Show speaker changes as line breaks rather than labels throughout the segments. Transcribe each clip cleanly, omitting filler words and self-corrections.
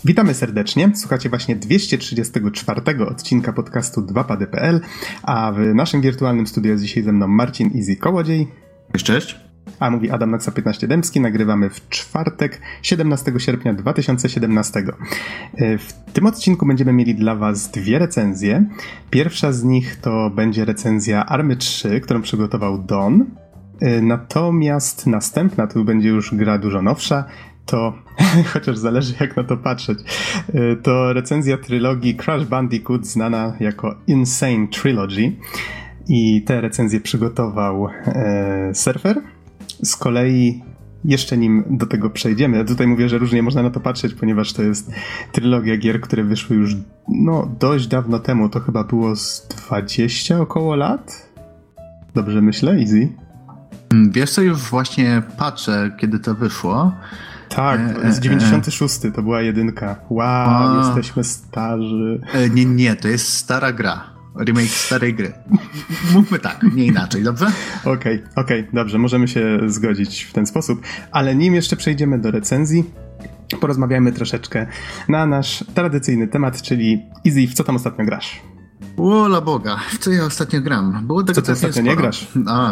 Witamy serdecznie. Słuchacie właśnie 234 odcinka podcastu 2pady.pl, a w naszym wirtualnym studiu jest dzisiaj ze mną Marcin Easy Kołodziej.
Cześć.
A mówi Adam Naksa 15 Dębski. Nagrywamy w czwartek, 17 sierpnia 2017. W tym odcinku będziemy mieli dla Was dwie recenzje. Pierwsza z nich to będzie recenzja Army 3, którą przygotował Don. Natomiast następna, to będzie już gra dużo nowsza, to, chociaż zależy jak na to patrzeć, to recenzja trylogii Crash Bandicoot, znana jako Insane Trilogy. I tę recenzję przygotował Surfer. Z kolei, jeszcze nim do tego przejdziemy, ja tutaj mówię, że różnie można na to patrzeć, ponieważ to jest trylogia gier, które wyszły już dość dawno temu. To chyba było z 20 około lat? Dobrze myślę, Easy?
Wiesz co, już właśnie patrzę, kiedy to wyszło.
Tak, z 96, to była jedynka. Wow, jesteśmy starzy.
Nie, to jest stara gra. Remake starej gry. Mówmy tak, nie inaczej, dobrze?
Okej, dobrze, możemy się zgodzić w ten sposób. Ale nim jeszcze przejdziemy do recenzji, porozmawiajmy troszeczkę na nasz tradycyjny temat, czyli Easy, w co tam ostatnio grasz?
Ola Boga, w co ja ostatnio gram? Było tego
co ty ostatnio nie grasz?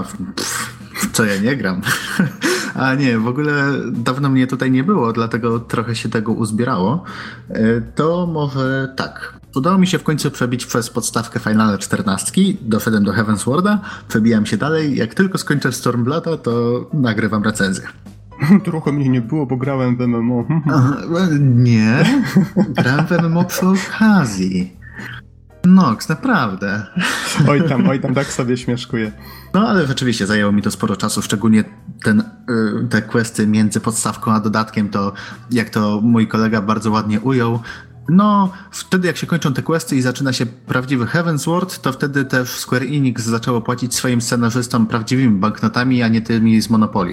W co ja nie gram? A nie, w ogóle dawno mnie tutaj nie było, dlatego trochę się tego uzbierało. To może tak. Udało mi się w końcu przebić przez podstawkę Finala 14, doszedłem do Heavenswarda, przebijam się dalej, jak tylko skończę Stormblooda, to nagrywam recenzję.
Trochę mnie nie było, bo grałem w MMO.
Nie, grałem w MMO przy okazji. Nox, naprawdę.
Oj tam, tak sobie śmieszkuję.
No ale rzeczywiście zajęło mi to sporo czasu, szczególnie te questy między podstawką a dodatkiem, to jak to mój kolega bardzo ładnie ujął, no wtedy jak się kończą te questy i zaczyna się prawdziwy Heavensward, to wtedy też Square Enix zaczęło płacić swoim scenarzystom prawdziwymi banknotami, a nie tymi z Monopoly.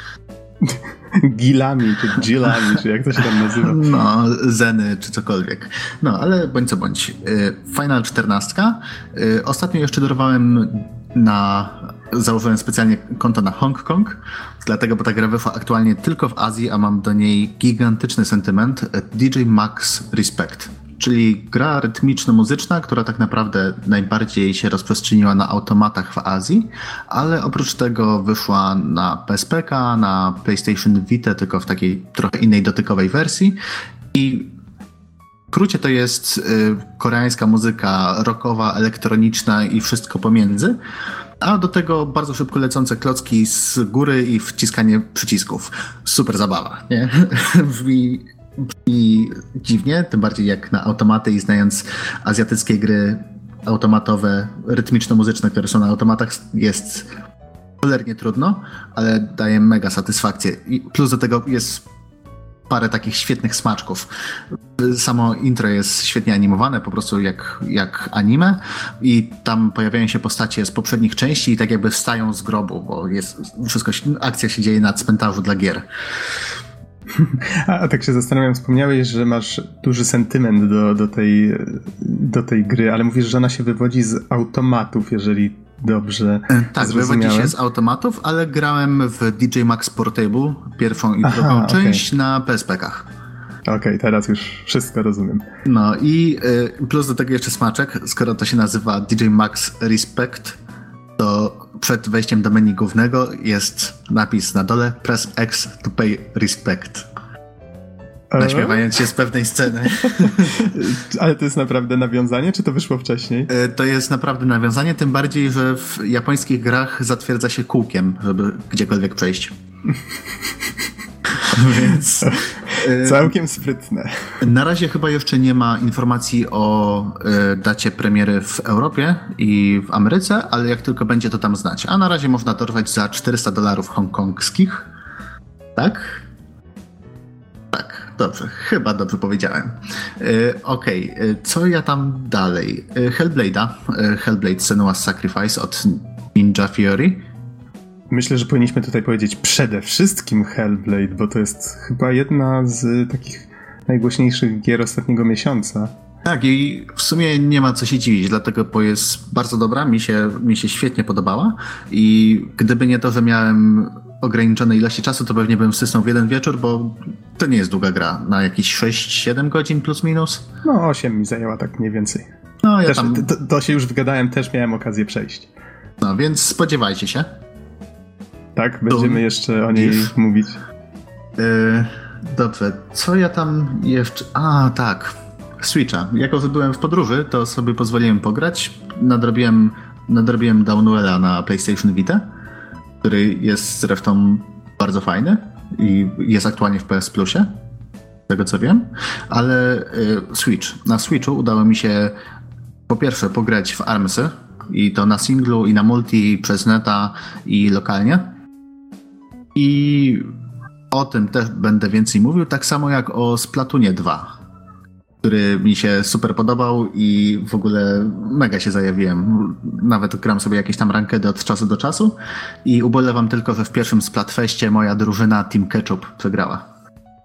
Gilami, czy Gilami, czy jak to się tam nazywa.
No, Zeny, czy cokolwiek. No, ale bądź co bądź. Final 14. Ostatnio jeszcze dorwałem założyłem specjalnie konto na Hong Kong, dlatego, bo ta gra wyszła aktualnie tylko w Azji, a mam do niej gigantyczny sentyment. DJ Max Respect. Czyli gra rytmiczno-muzyczna, która tak naprawdę najbardziej się rozprzestrzeniła na automatach w Azji, ale oprócz tego wyszła na PSP-ka, na PlayStation Vita, tylko w takiej trochę innej dotykowej wersji. I w skrócie to jest koreańska muzyka rockowa, elektroniczna i wszystko pomiędzy, a do tego bardzo szybko lecące klocki z góry i wciskanie przycisków. Super zabawa, nie? I dziwnie, tym bardziej jak na automaty i znając azjatyckie gry automatowe, rytmiczno-muzyczne, które są na automatach, jest cholernie trudno, ale daje mega satysfakcję. I plus do tego jest parę takich świetnych smaczków. Samo intro jest świetnie animowane, po prostu jak anime, i tam pojawiają się postacie z poprzednich części i tak jakby wstają z grobu, bo akcja się dzieje na cmentarzu dla gier.
A tak się zastanawiam, wspomniałeś, że masz duży sentyment do tej gry, ale mówisz, że ona się wywodzi z automatów, jeżeli dobrze zrozumiałem.
Wywodzi się z automatów, ale grałem w DJ Max Portable, pierwszą i drugą część na PSP-kach.
Okej, teraz już wszystko rozumiem.
No i plus do tego jeszcze smaczek, skoro to się nazywa DJ Max Respect, to przed wejściem do menu głównego jest napis na dole Press X to pay respect. Naśmiewając się z pewnej sceny.
Ale to jest naprawdę nawiązanie, czy to wyszło wcześniej?
To jest naprawdę nawiązanie, tym bardziej, że w japońskich grach zatwierdza się kółkiem, żeby gdziekolwiek przejść. Więc
całkiem sprytne.
Na razie chyba jeszcze nie ma informacji o dacie premiery w Europie i w Ameryce, ale jak tylko będzie, to tam znać. A na razie można dorwać za $400 hongkongskich. Tak? Tak, dobrze. Chyba dobrze powiedziałem. Okej, co ja tam dalej? Hellblade Senua's Sacrifice od Ninja Theory.
Myślę, że powinniśmy tutaj powiedzieć przede wszystkim Hellblade, bo to jest chyba jedna z takich najgłośniejszych gier ostatniego miesiąca.
Tak, i w sumie nie ma co się dziwić, dlatego, bo jest bardzo dobra, mi się świetnie podobała i gdyby nie to, że miałem ograniczonej ilości czasu, to pewnie bym wsysnął w jeden wieczór, bo to nie jest długa gra. Na jakieś 6-7 godzin plus minus.
No 8 mi zajęła tak mniej więcej.
No ja
też,
tam...
to się już wygadałem, też miałem okazję przejść.
No więc spodziewajcie się.
Tak, będziemy jeszcze o niej mówić.
Dobrze, co ja tam jeszcze... A, tak, Switcha. Jako że byłem w podróży, to sobie pozwoliłem pograć. Nadrobiłem Downwella na PlayStation Vita, który jest zresztą bardzo fajny i jest aktualnie w PS Plusie, z tego co wiem. Ale Switch. Na Switchu udało mi się po pierwsze pograć w ARMSy i to na singlu i na multi, przez neta i lokalnie. I o tym też będę więcej mówił, tak samo jak o Splatoonie 2, który mi się super podobał i w ogóle mega się zajawiłem. Nawet gram sobie jakieś tam rankedy od czasu do czasu i ubolewam tylko, że w pierwszym Splatfeście moja drużyna Team Ketchup przegrała.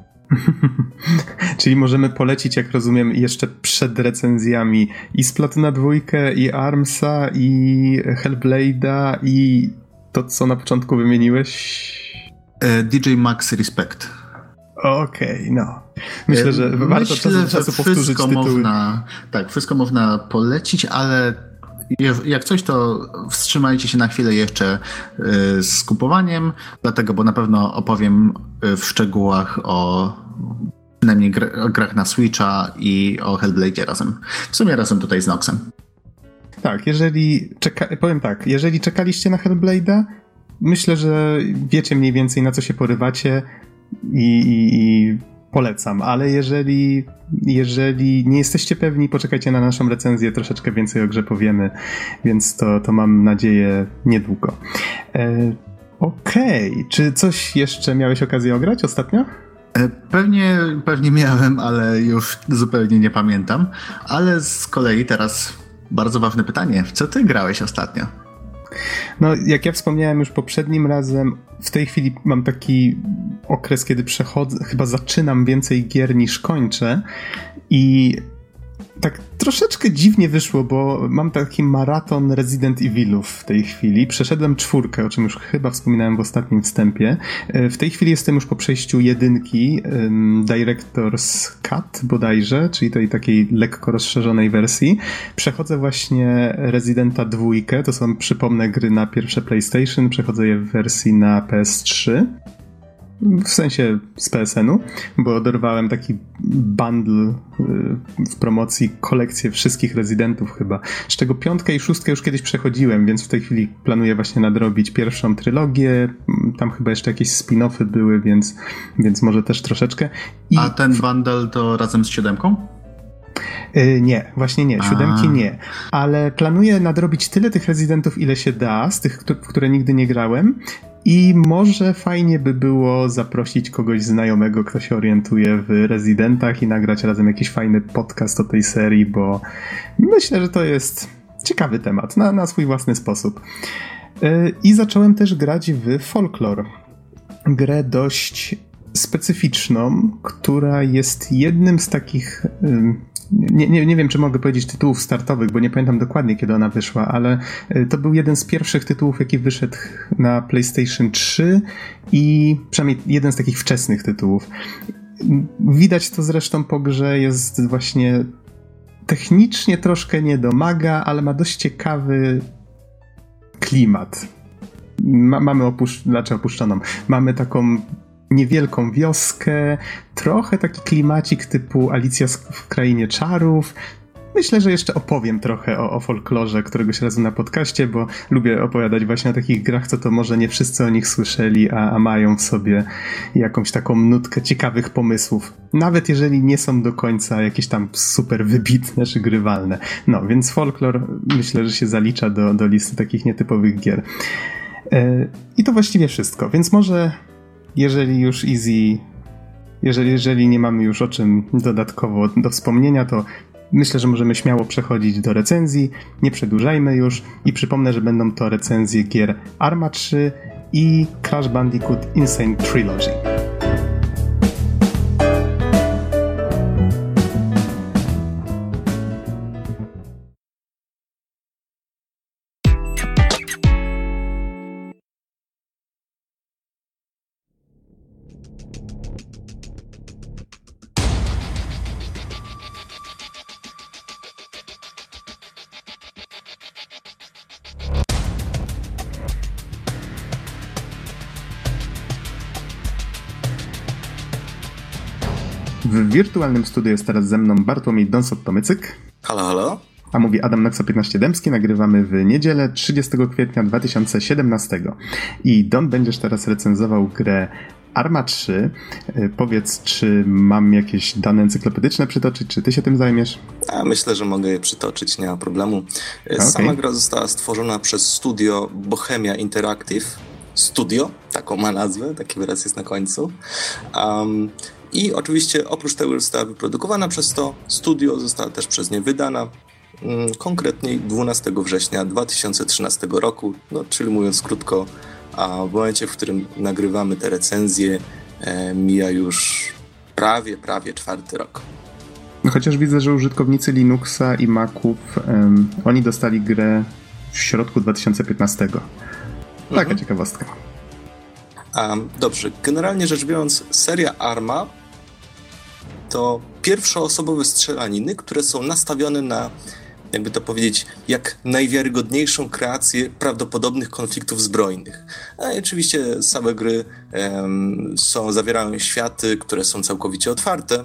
Czyli możemy polecić, jak rozumiem, jeszcze przed recenzjami i Splatoona 2, i ARMSa, i Hellblade'a, i to, co na początku wymieniłeś?
DJ Max Respect.
Okej, no. Myślę, że warto czasu powtórzyć tytuły.
Wszystko można polecić, ale jak coś, to wstrzymajcie się na chwilę jeszcze z kupowaniem, dlatego, bo na pewno opowiem w szczegółach o przynajmniej grach na Switcha i o Hellblade'ie razem. W sumie razem tutaj z Noxem.
Tak, powiem tak, jeżeli czekaliście na Hellblade'a, myślę, że wiecie mniej więcej, na co się porywacie i polecam, ale jeżeli nie jesteście pewni, poczekajcie na naszą recenzję, troszeczkę więcej o grze powiemy, więc to mam nadzieję niedługo. Okej, czy coś jeszcze miałeś okazję ograć ostatnio?
Pewnie miałem, ale już zupełnie nie pamiętam, ale z kolei teraz bardzo ważne pytanie, w co ty grałeś ostatnio?
No, jak ja wspomniałem już poprzednim razem, w tej chwili mam taki okres, kiedy chyba zaczynam więcej gier niż kończę i tak troszeczkę dziwnie wyszło, bo mam taki maraton Resident Evilów w tej chwili. Przeszedłem 4, o czym już chyba wspominałem w ostatnim wstępie. W tej chwili jestem już po przejściu 1, Director's Cut bodajże, czyli tej takiej lekko rozszerzonej wersji. Przechodzę właśnie Residenta 2, to są, przypomnę, gry na pierwsze PlayStation, przechodzę je w wersji na PS3. W sensie z PSN-u, bo dorwałem taki bundle w promocji, kolekcję wszystkich Residentów chyba, z czego 5 i 6 już kiedyś przechodziłem, więc w tej chwili planuję właśnie nadrobić pierwszą trylogię, tam chyba jeszcze jakieś spin-offy były, więc może też troszeczkę.
A ten bundle to razem z 7?
Nie, właśnie nie, 7 nie, ale planuję nadrobić tyle tych Residentów, ile się da, z tych, w które nigdy nie grałem. I może fajnie by było zaprosić kogoś znajomego, kto się orientuje w Residentach i nagrać razem jakiś fajny podcast o tej serii, bo myślę, że to jest ciekawy temat na swój własny sposób. I zacząłem też grać w Folklore. Grę dość specyficzną, która jest jednym z takich... Nie wiem, czy mogę powiedzieć tytułów startowych, bo nie pamiętam dokładnie, kiedy ona wyszła, ale to był jeden z pierwszych tytułów, jaki wyszedł na PlayStation 3 i przynajmniej jeden z takich wczesnych tytułów. Widać to zresztą po grze, jest właśnie technicznie troszkę nie domaga, ale ma dość ciekawy klimat. Mamy opuszczoną. Mamy taką niewielką wioskę, trochę taki klimacik typu Alicja w Krainie Czarów. Myślę, że jeszcze opowiem trochę o folklorze któregoś razu na podcaście, bo lubię opowiadać właśnie o takich grach, co to może nie wszyscy o nich słyszeli, a mają w sobie jakąś taką nutkę ciekawych pomysłów. Nawet jeżeli nie są do końca jakieś tam super wybitne czy grywalne. No, więc folklor myślę, że się zalicza do listy takich nietypowych gier. I to właściwie wszystko, więc może jeżeli już jeżeli nie mamy już o czym dodatkowo do wspomnienia, to myślę, że możemy śmiało przechodzić do recenzji. Nie przedłużajmy już i przypomnę, że będą to recenzje gier Arma 3 i Crash Bandicoot Insane Trilogy. W wirtualnym studiu jest teraz ze mną Bartłomiej Donsot-Tomycyk.
Halo, halo.
A mówi Adam Noxa-15 Dębski. Nagrywamy w niedzielę 30 kwietnia 2017. I Don, będziesz teraz recenzował grę Arma 3. Powiedz, czy mam jakieś dane encyklopedyczne przytoczyć, czy ty się tym zajmiesz?
Myślę, że mogę je przytoczyć, nie ma problemu. Sama gra została stworzona przez studio Bohemia Interactive. Studio, taką ma nazwę, taki wyraz jest na końcu. I oczywiście oprócz tego, że została wyprodukowana przez to studio, została też przez nie wydana. Konkretniej 12 września 2013 roku, czyli mówiąc krótko, a w momencie, w którym nagrywamy te recenzje, mija już prawie 4 rok.
Chociaż widzę, że użytkownicy Linuxa i Maców, oni dostali grę w środku 2015. Taka ciekawostka.
Dobrze, generalnie rzecz biorąc, seria Arma to pierwszoosobowe strzelaniny, które są nastawione na, jakby to powiedzieć, jak najwiarygodniejszą kreację prawdopodobnych konfliktów zbrojnych. I oczywiście same gry zawierają światy, które są całkowicie otwarte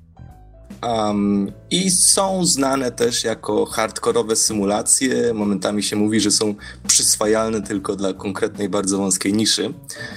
i są znane też jako hardkorowe symulacje. Momentami się mówi, że są przyswajalne tylko dla konkretnej, bardzo wąskiej niszy.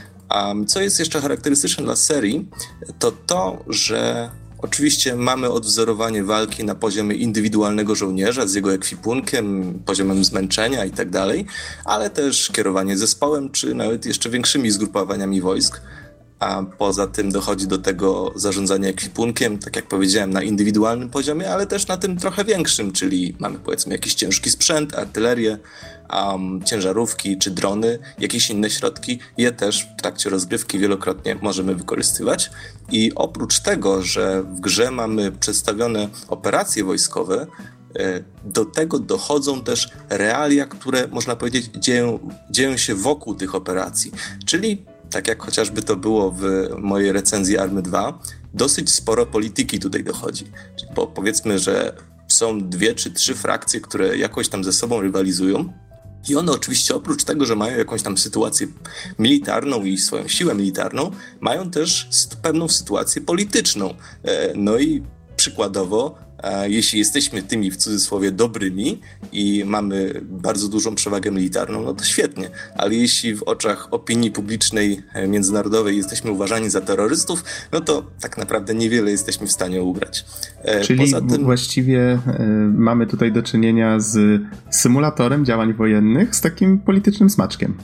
Co jest jeszcze charakterystyczne dla serii, to, że oczywiście mamy odwzorowanie walki na poziomie indywidualnego żołnierza z jego ekwipunkiem, poziomem zmęczenia i tak dalej, ale też kierowanie zespołem, czy nawet jeszcze większymi zgrupowaniami wojsk. A poza tym dochodzi do tego zarządzania ekwipunkiem, tak jak powiedziałem, na indywidualnym poziomie, ale też na tym trochę większym, czyli mamy powiedzmy jakiś ciężki sprzęt, artylerię, ciężarówki czy drony, jakieś inne środki, je też w trakcie rozgrywki wielokrotnie możemy wykorzystywać. I oprócz tego, że w grze mamy przedstawione operacje wojskowe, do tego dochodzą też realia, które można powiedzieć dzieją się wokół tych operacji, czyli tak jak chociażby to było w mojej recenzji Army 2, dosyć sporo polityki tutaj dochodzi. Bo powiedzmy, że są 2 czy 3 frakcje, które jakoś tam ze sobą rywalizują i one oczywiście oprócz tego, że mają jakąś tam sytuację militarną i swoją siłę militarną, mają też pewną sytuację polityczną. No i przykładowo, jeśli jesteśmy tymi w cudzysłowie dobrymi i mamy bardzo dużą przewagę militarną, no to świetnie, ale jeśli w oczach opinii publicznej międzynarodowej jesteśmy uważani za terrorystów, no to tak naprawdę niewiele jesteśmy w stanie ugrać.
Czyli poza tym właściwie mamy tutaj do czynienia z symulatorem działań wojennych z takim politycznym smaczkiem.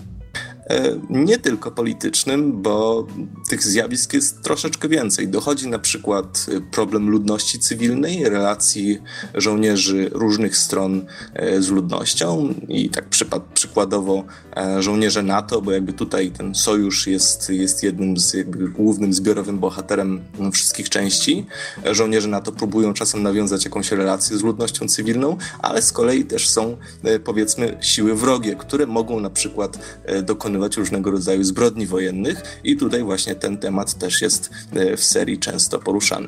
Nie tylko politycznym, bo tych zjawisk jest troszeczkę więcej. Dochodzi na przykład problem ludności cywilnej, relacji żołnierzy różnych stron z ludnością i tak przykładowo żołnierze NATO, bo jakby tutaj ten sojusz jest jednym z jakby głównym zbiorowym bohaterem wszystkich części. Żołnierze NATO próbują czasem nawiązać jakąś relację z ludnością cywilną, ale z kolei też są powiedzmy siły wrogie, które mogą na przykład dokonywać różnego rodzaju zbrodni wojennych i tutaj właśnie ten temat też jest w serii często poruszany.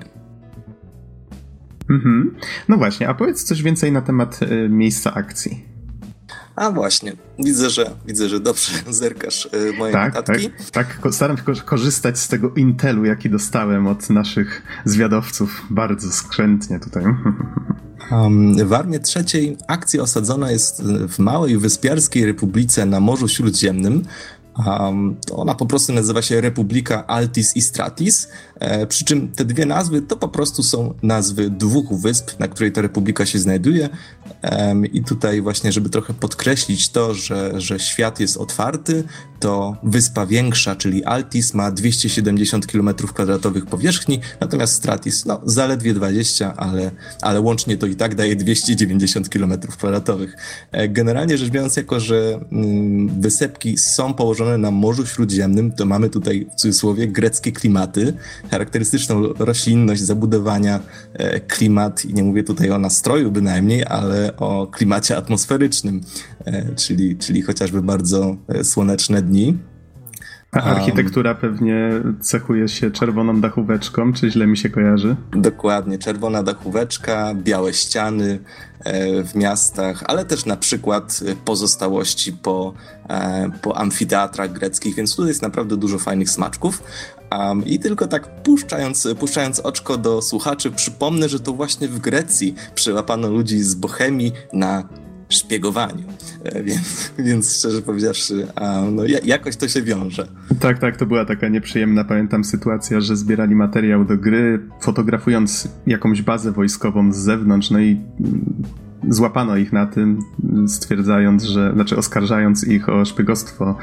No właśnie, a powiedz coś więcej na temat miejsca akcji.
A właśnie, widzę, że dobrze zerkasz moje notatki.
Tak, staram się korzystać z tego intelu, jaki dostałem od naszych zwiadowców. Bardzo skrzętnie tutaj.
W Armii 3 akcja osadzona jest w małej wyspiarskiej republice na Morzu Śródziemnym. Ona po prostu nazywa się Republika Altis i Stratis, przy czym te 2 nazwy to po prostu są nazwy 2 wysp, na której ta republika się znajduje. I tutaj właśnie, żeby trochę podkreślić to, że świat jest otwarty, to wyspa większa, czyli Altis, ma 270 km² powierzchni, natomiast Stratis zaledwie 20, ale łącznie to i tak daje 290 km². Generalnie rzecz biorąc, jako że wysepki są położone na Morzu Śródziemnym, to mamy tutaj w cudzysłowie greckie klimaty, charakterystyczną roślinność, zabudowania, klimat, i nie mówię tutaj o nastroju bynajmniej, ale o klimacie atmosferycznym, czyli chociażby bardzo słoneczne dni.
A architektura pewnie cechuje się czerwoną dachóweczką, czy źle mi się kojarzy?
Dokładnie, czerwona dachóweczka, białe ściany w miastach, ale też na przykład pozostałości po amfiteatrach greckich, więc tutaj jest naprawdę dużo fajnych smaczków. I tylko tak puszczając oczko do słuchaczy, przypomnę, że to właśnie w Grecji przyłapano ludzi z Bohemii na szpiegowaniu, więc szczerze powiedziawszy, jakoś to się wiąże.
Tak, to była taka nieprzyjemna, pamiętam, sytuacja, że zbierali materiał do gry, fotografując jakąś bazę wojskową z zewnątrz, no i złapano ich na tym, oskarżając ich o szpiegostwo.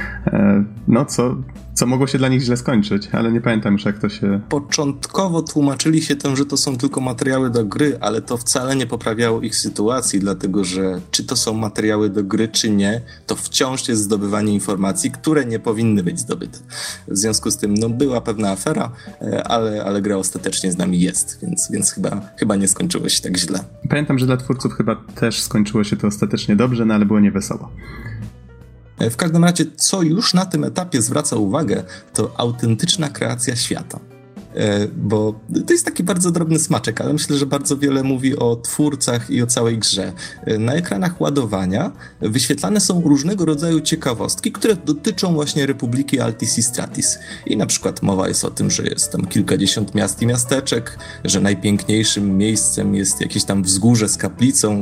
Co mogło się dla nich źle skończyć, ale nie pamiętam już, jak to się...
Początkowo tłumaczyli się tym, że to są tylko materiały do gry, ale to wcale nie poprawiało ich sytuacji, dlatego że czy to są materiały do gry, czy nie, to wciąż jest zdobywanie informacji, które nie powinny być zdobyte. W związku z tym była pewna afera, ale gra ostatecznie z nami jest, więc chyba nie skończyło się tak źle.
Pamiętam, że dla twórców chyba też skończyło się to ostatecznie dobrze, ale było niewesoło.
W każdym razie, co już na tym etapie zwraca uwagę, to autentyczna kreacja świata. Bo to jest taki bardzo drobny smaczek, ale myślę, że bardzo wiele mówi o twórcach i o całej grze. Na ekranach ładowania wyświetlane są różnego rodzaju ciekawostki, które dotyczą właśnie Republiki Altis i Stratis. I na przykład mowa jest o tym, że jest tam kilkadziesiąt miast i miasteczek, że najpiękniejszym miejscem jest jakieś tam wzgórze z kaplicą,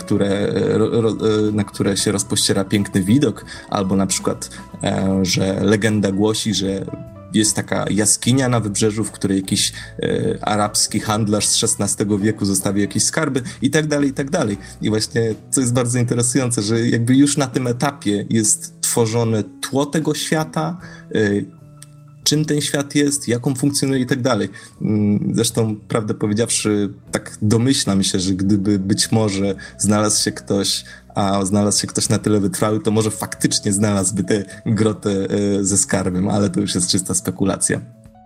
na które się rozpościera piękny widok, albo na przykład, że legenda głosi, że jest taka jaskinia na wybrzeżu, w której jakiś arabski handlarz z XVI wieku zostawił jakieś skarby i tak dalej, i tak dalej. I właśnie, co jest bardzo interesujące, że jakby już na tym etapie jest tworzone tło tego świata, czym ten świat jest, jak on funkcjonuje i tak dalej. Zresztą, prawdę powiedziawszy, tak domyślam się, że gdyby być może znalazł się ktoś na tyle wytrwały, to może faktycznie znalazłby tę grotę ze skarbem, ale to już jest czysta spekulacja.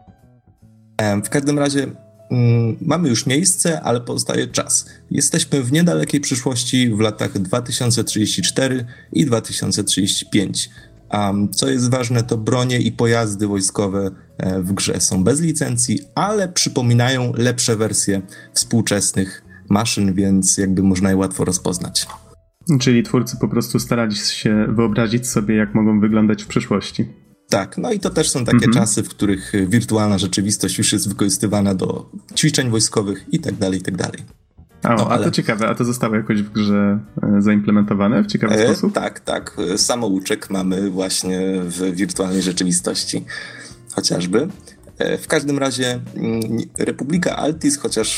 W każdym razie mamy już miejsce, ale pozostaje czas. Jesteśmy w niedalekiej przyszłości w latach 2034 i 2035. Co jest ważne, to bronie i pojazdy wojskowe w grze są bez licencji, ale przypominają lepsze wersje współczesnych maszyn, więc jakby można je łatwo rozpoznać.
Czyli twórcy po prostu starali się wyobrazić sobie, jak mogą wyglądać w przyszłości.
Tak, no i to też są takie czasy, w których wirtualna rzeczywistość już jest wykorzystywana do ćwiczeń wojskowych i tak dalej, i tak dalej.
To ciekawe, a to zostało jakoś w grze zaimplementowane w ciekawy sposób?
Tak. Samouczek mamy właśnie w wirtualnej rzeczywistości chociażby. W każdym razie Republika Altis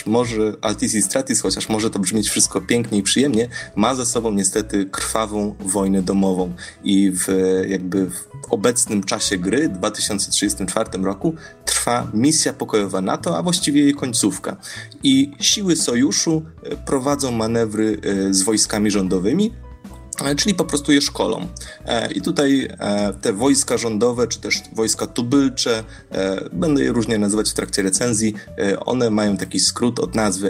i Stratis, chociaż może to brzmieć wszystko pięknie i przyjemnie, ma za sobą niestety krwawą wojnę domową i w obecnym czasie gry, w 2034 roku, trwa misja pokojowa NATO, a właściwie jej końcówka. I siły sojuszu prowadzą manewry z wojskami rządowymi, czyli po prostu je szkolą. I tutaj te wojska rządowe, czy też wojska tubylcze, będę je różnie nazywać w trakcie recenzji, one mają taki skrót od nazwy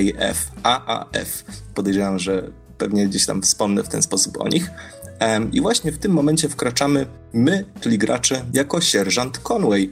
AAF. Podejrzewam, że pewnie gdzieś tam wspomnę w ten sposób o nich. I właśnie w tym momencie wkraczamy my, czyli gracze, jako sierżant Conway.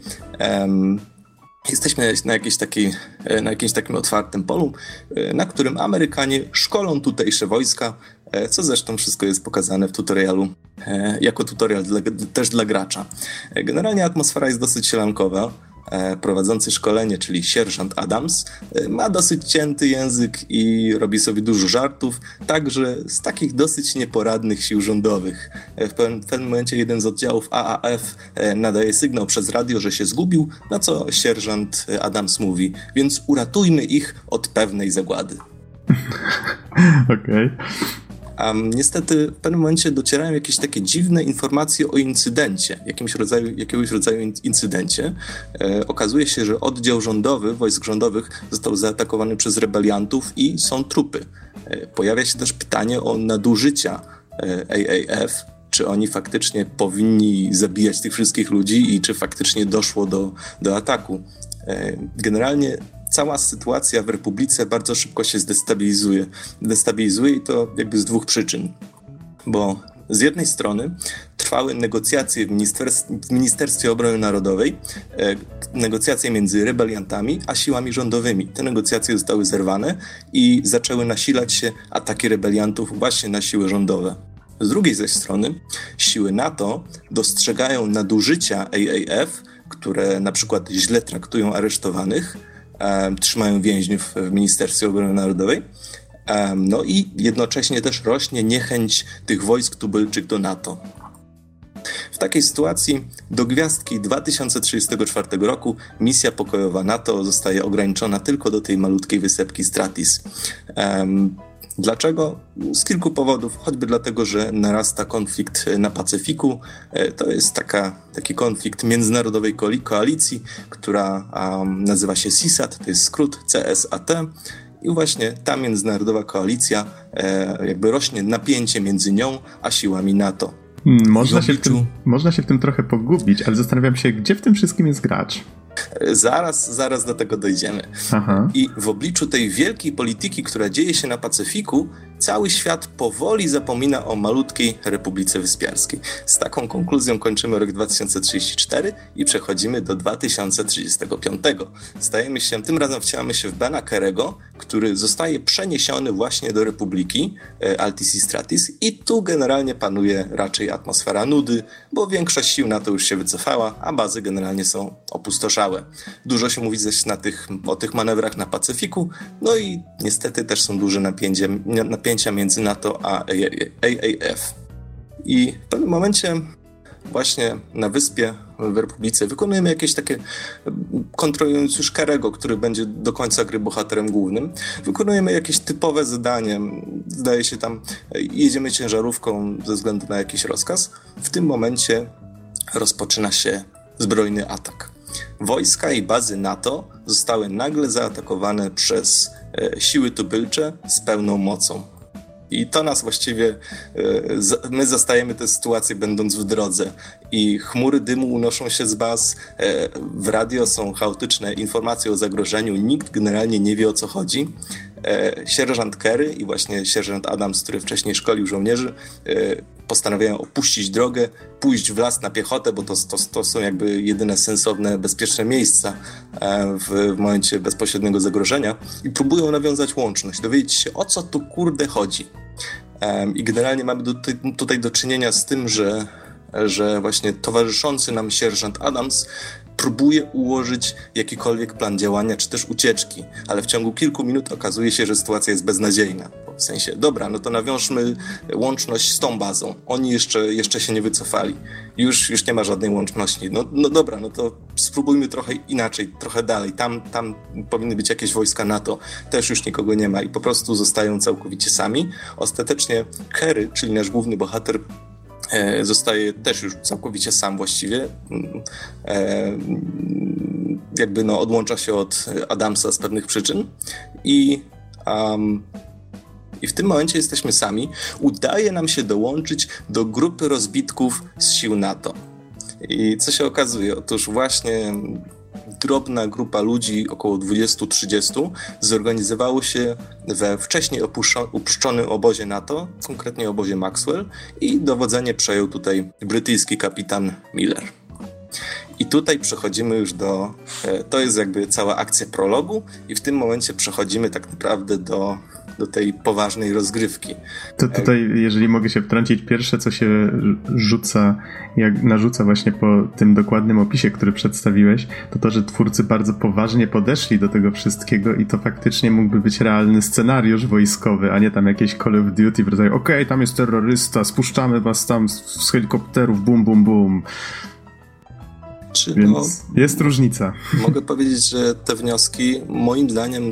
Jesteśmy na jakimś takim otwartym polu, na którym Amerykanie szkolą tutejsze wojska, co zresztą wszystko jest pokazane w tutorialu, jako tutorial też dla gracza. Generalnie atmosfera jest dosyć sielankowa. Prowadzący szkolenie, czyli sierżant Adams, ma dosyć cięty język i robi sobie dużo żartów, także z takich dosyć nieporadnych sił rządowych. W pewnym momencie jeden z oddziałów AAF nadaje sygnał przez radio, że się zgubił, na co sierżant Adams mówi: więc uratujmy ich od pewnej zagłady.
Okej.
A niestety w pewnym momencie docierają jakieś takie dziwne informacje o incydencie, jakiegoś rodzaju incydencie. Okazuje się, że oddział rządowy, wojsk rządowych został zaatakowany przez rebeliantów i są trupy. Pojawia się też pytanie o nadużycia AAF, czy oni faktycznie powinni zabijać tych wszystkich ludzi i czy faktycznie doszło do ataku. Generalnie cała sytuacja w Republice bardzo szybko się destabilizuje i to jakby z dwóch przyczyn. Bo z jednej strony trwa trwały negocjacje w Ministerstwie Obrony Narodowej, negocjacje między rebeliantami a siłami rządowymi. Te negocjacje zostały zerwane i zaczęły nasilać się ataki rebeliantów właśnie na siły rządowe. Z drugiej zaś strony siły NATO dostrzegają nadużycia AAF, które na przykład źle traktują aresztowanych, trzymają więźniów w Ministerstwie Obrony Narodowej, no i jednocześnie też rośnie niechęć tych wojsk tubylczych do NATO. W takiej sytuacji do gwiazdki 2034 roku misja pokojowa NATO zostaje ograniczona tylko do tej malutkiej wysepki Stratis. Dlaczego? Z kilku powodów, choćby dlatego, że narasta konflikt na Pacyfiku. To jest taki konflikt międzynarodowej koalicji, która nazywa się CSAT, to jest skrót CSAT. I właśnie ta międzynarodowa koalicja jakby rośnie napięcie między nią a siłami NATO.
Można się w tym trochę pogubić, ale zastanawiam się, gdzie w tym wszystkim jest gracz.
Zaraz do tego dojdziemy.
Aha.
I w obliczu tej wielkiej polityki, która dzieje się na Pacyfiku, cały świat powoli zapomina o malutkiej Republice Wyspiarskiej. Z taką konkluzją kończymy rok 2034 i przechodzimy do 2035. Tym razem wcielamy się w Bena Kerego, który zostaje przeniesiony właśnie do Republiki Altis i Stratis i tu generalnie panuje raczej atmosfera nudy, bo większość sił NATO już się wycofała, a bazy generalnie są opustoszałe. Dużo się mówi o tych manewrach na Pacyfiku, no i niestety też są duże napięcia między NATO a AAF. I w pewnym momencie właśnie na wyspie w Republice wykonujemy jakieś takie, kontrolując już Kerego, który będzie do końca gry bohaterem głównym, wykonujemy jakieś typowe zadanie. Zdaje się tam, jedziemy ciężarówką ze względu na jakiś rozkaz. W tym momencie rozpoczyna się zbrojny atak. Wojska i bazy NATO zostały nagle zaatakowane przez siły tubylcze z pełną mocą. I to nas właściwie, my zastajemy tę sytuację będąc w drodze i chmury dymu unoszą się z baz, w radio są chaotyczne informacje o zagrożeniu, nikt generalnie nie wie, o co chodzi. Sierżant Kerry i właśnie sierżant Adams, który wcześniej szkolił żołnierzy, postanawiają opuścić drogę, pójść w las na piechotę, bo to są jakby jedyne sensowne, bezpieczne miejsca w momencie bezpośredniego zagrożenia i próbują nawiązać łączność, dowiedzieć się, o co tu kurde chodzi. I generalnie mamy tutaj do czynienia z tym, że właśnie towarzyszący nam sierżant Adams próbuje ułożyć jakikolwiek plan działania, czy też ucieczki, ale w ciągu kilku minut okazuje się, że sytuacja jest beznadziejna. W sensie, dobra, no to nawiążmy łączność z tą bazą. Oni jeszcze się nie wycofali. Już nie ma żadnej łączności. No dobra, no to spróbujmy trochę inaczej, trochę dalej. Tam powinny być jakieś wojska NATO. Też już nikogo nie ma i po prostu zostają całkowicie sami. Ostatecznie Kerry, czyli nasz główny bohater, zostaje też już całkowicie sam właściwie. Jakby odłącza się od Adamsa z pewnych przyczyn i w tym momencie jesteśmy sami. Udaje nam się dołączyć do grupy rozbitków z sił NATO. I co się okazuje? Otóż właśnie drobna grupa ludzi, około 20-30, zorganizowało się we wcześniej opuszczonym obozie NATO, konkretnie obozie Maxwell, i dowodzenie przejął tutaj brytyjski kapitan Miller. I tutaj przechodzimy już to jest jakby cała akcja prologu i w tym momencie przechodzimy tak naprawdę do tej poważnej rozgrywki.
To tutaj, jeżeli mogę się wtrącić, pierwsze co się narzuca właśnie po tym dokładnym opisie, który przedstawiłeś, to, że twórcy bardzo poważnie podeszli do tego wszystkiego i to faktycznie mógłby być realny scenariusz wojskowy, a nie tam jakieś Call of Duty w rodzaju okej, tam jest terrorysta, spuszczamy was tam z helikopterów, bum, bum, bum. Więc jest różnica.
Mogę powiedzieć, że te wnioski moim zdaniem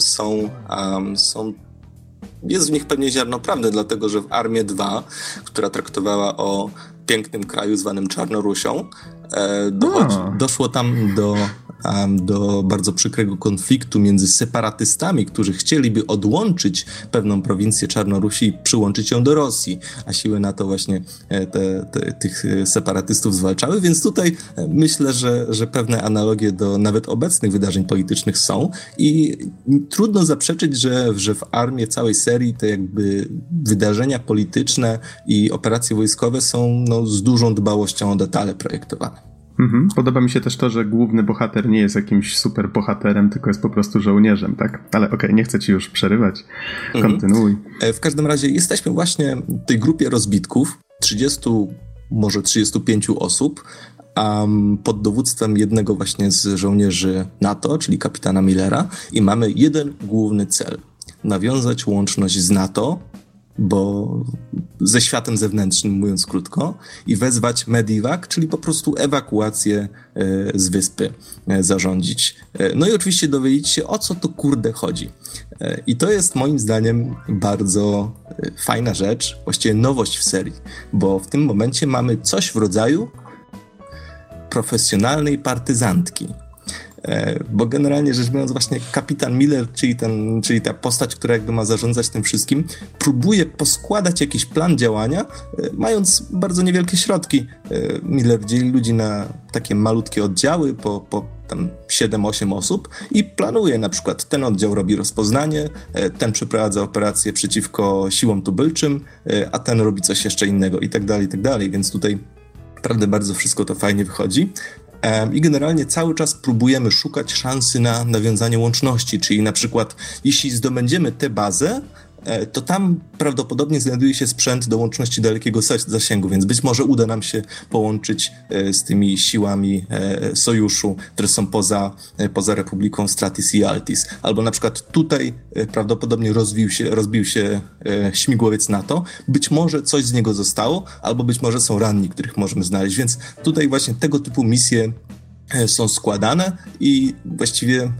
jest w nich pewnie ziarno prawdy, dlatego że w Armię 2, która traktowała o pięknym kraju zwanym Czarnorusią, doszło tam do do bardzo przykrego konfliktu między separatystami, którzy chcieliby odłączyć pewną prowincję Czarnorusi i przyłączyć ją do Rosji, a siły NATO właśnie tych separatystów zwalczały, więc tutaj myślę, że pewne analogie do nawet obecnych wydarzeń politycznych są i trudno zaprzeczyć, że w Armie całej serii te jakby wydarzenia polityczne i operacje wojskowe są z dużą dbałością o detale projektowane.
Podoba mi się też to, że główny bohater nie jest jakimś super bohaterem, tylko jest po prostu żołnierzem, tak? Ale okej, nie chcę ci już przerywać. Kontynuuj.
W każdym razie jesteśmy właśnie w tej grupie rozbitków, 30, może 35 osób, pod dowództwem jednego właśnie z żołnierzy NATO, czyli kapitana Millera, i mamy jeden główny cel. Nawiązać łączność z NATO, bo ze światem zewnętrznym, mówiąc krótko, i wezwać Medivac, czyli po prostu ewakuację z wyspy zarządzić. No i oczywiście dowiedzieć się, o co tu kurde chodzi. I to jest moim zdaniem bardzo fajna rzecz, właściwie nowość w serii, bo w tym momencie mamy coś w rodzaju profesjonalnej partyzantki. Bo generalnie rzecz biorąc właśnie kapitan Miller, czyli ta postać, która jakby ma zarządzać tym wszystkim, próbuje poskładać jakiś plan działania, mając bardzo niewielkie środki. Miller dzieli ludzi na takie malutkie oddziały po tam 7-8 osób i planuje na przykład ten oddział robi rozpoznanie, ten przeprowadza operację przeciwko siłom tubylczym, a ten robi coś jeszcze innego i tak dalej, więc tutaj naprawdę bardzo wszystko to fajnie wychodzi. I generalnie cały czas próbujemy szukać szansy na nawiązanie łączności, czyli na przykład jeśli zdobędziemy tę bazę, to tam prawdopodobnie znajduje się sprzęt do łączności dalekiego zasięgu, więc być może uda nam się połączyć z tymi siłami sojuszu, które są poza Republiką Stratis i Altis. Albo na przykład tutaj prawdopodobnie rozbił się śmigłowiec NATO, być może coś z niego zostało, albo być może są ranni, których możemy znaleźć, więc tutaj właśnie tego typu misje są składane i właściwie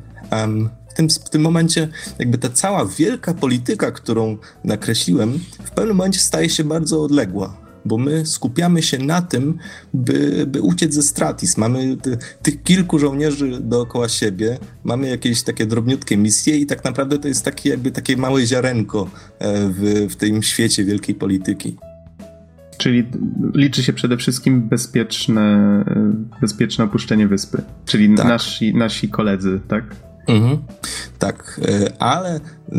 w tym momencie jakby ta cała wielka polityka, którą nakreśliłem, w pewnym momencie staje się bardzo odległa, bo my skupiamy się na tym, by uciec ze Stratis. Mamy tych kilku żołnierzy dookoła siebie, mamy jakieś takie drobniutkie misje i tak naprawdę to jest takie małe ziarenko w tym świecie wielkiej polityki.
Czyli liczy się przede wszystkim bezpieczne opuszczenie wyspy. Czyli tak. Nasi koledzy, tak?
Tak, ale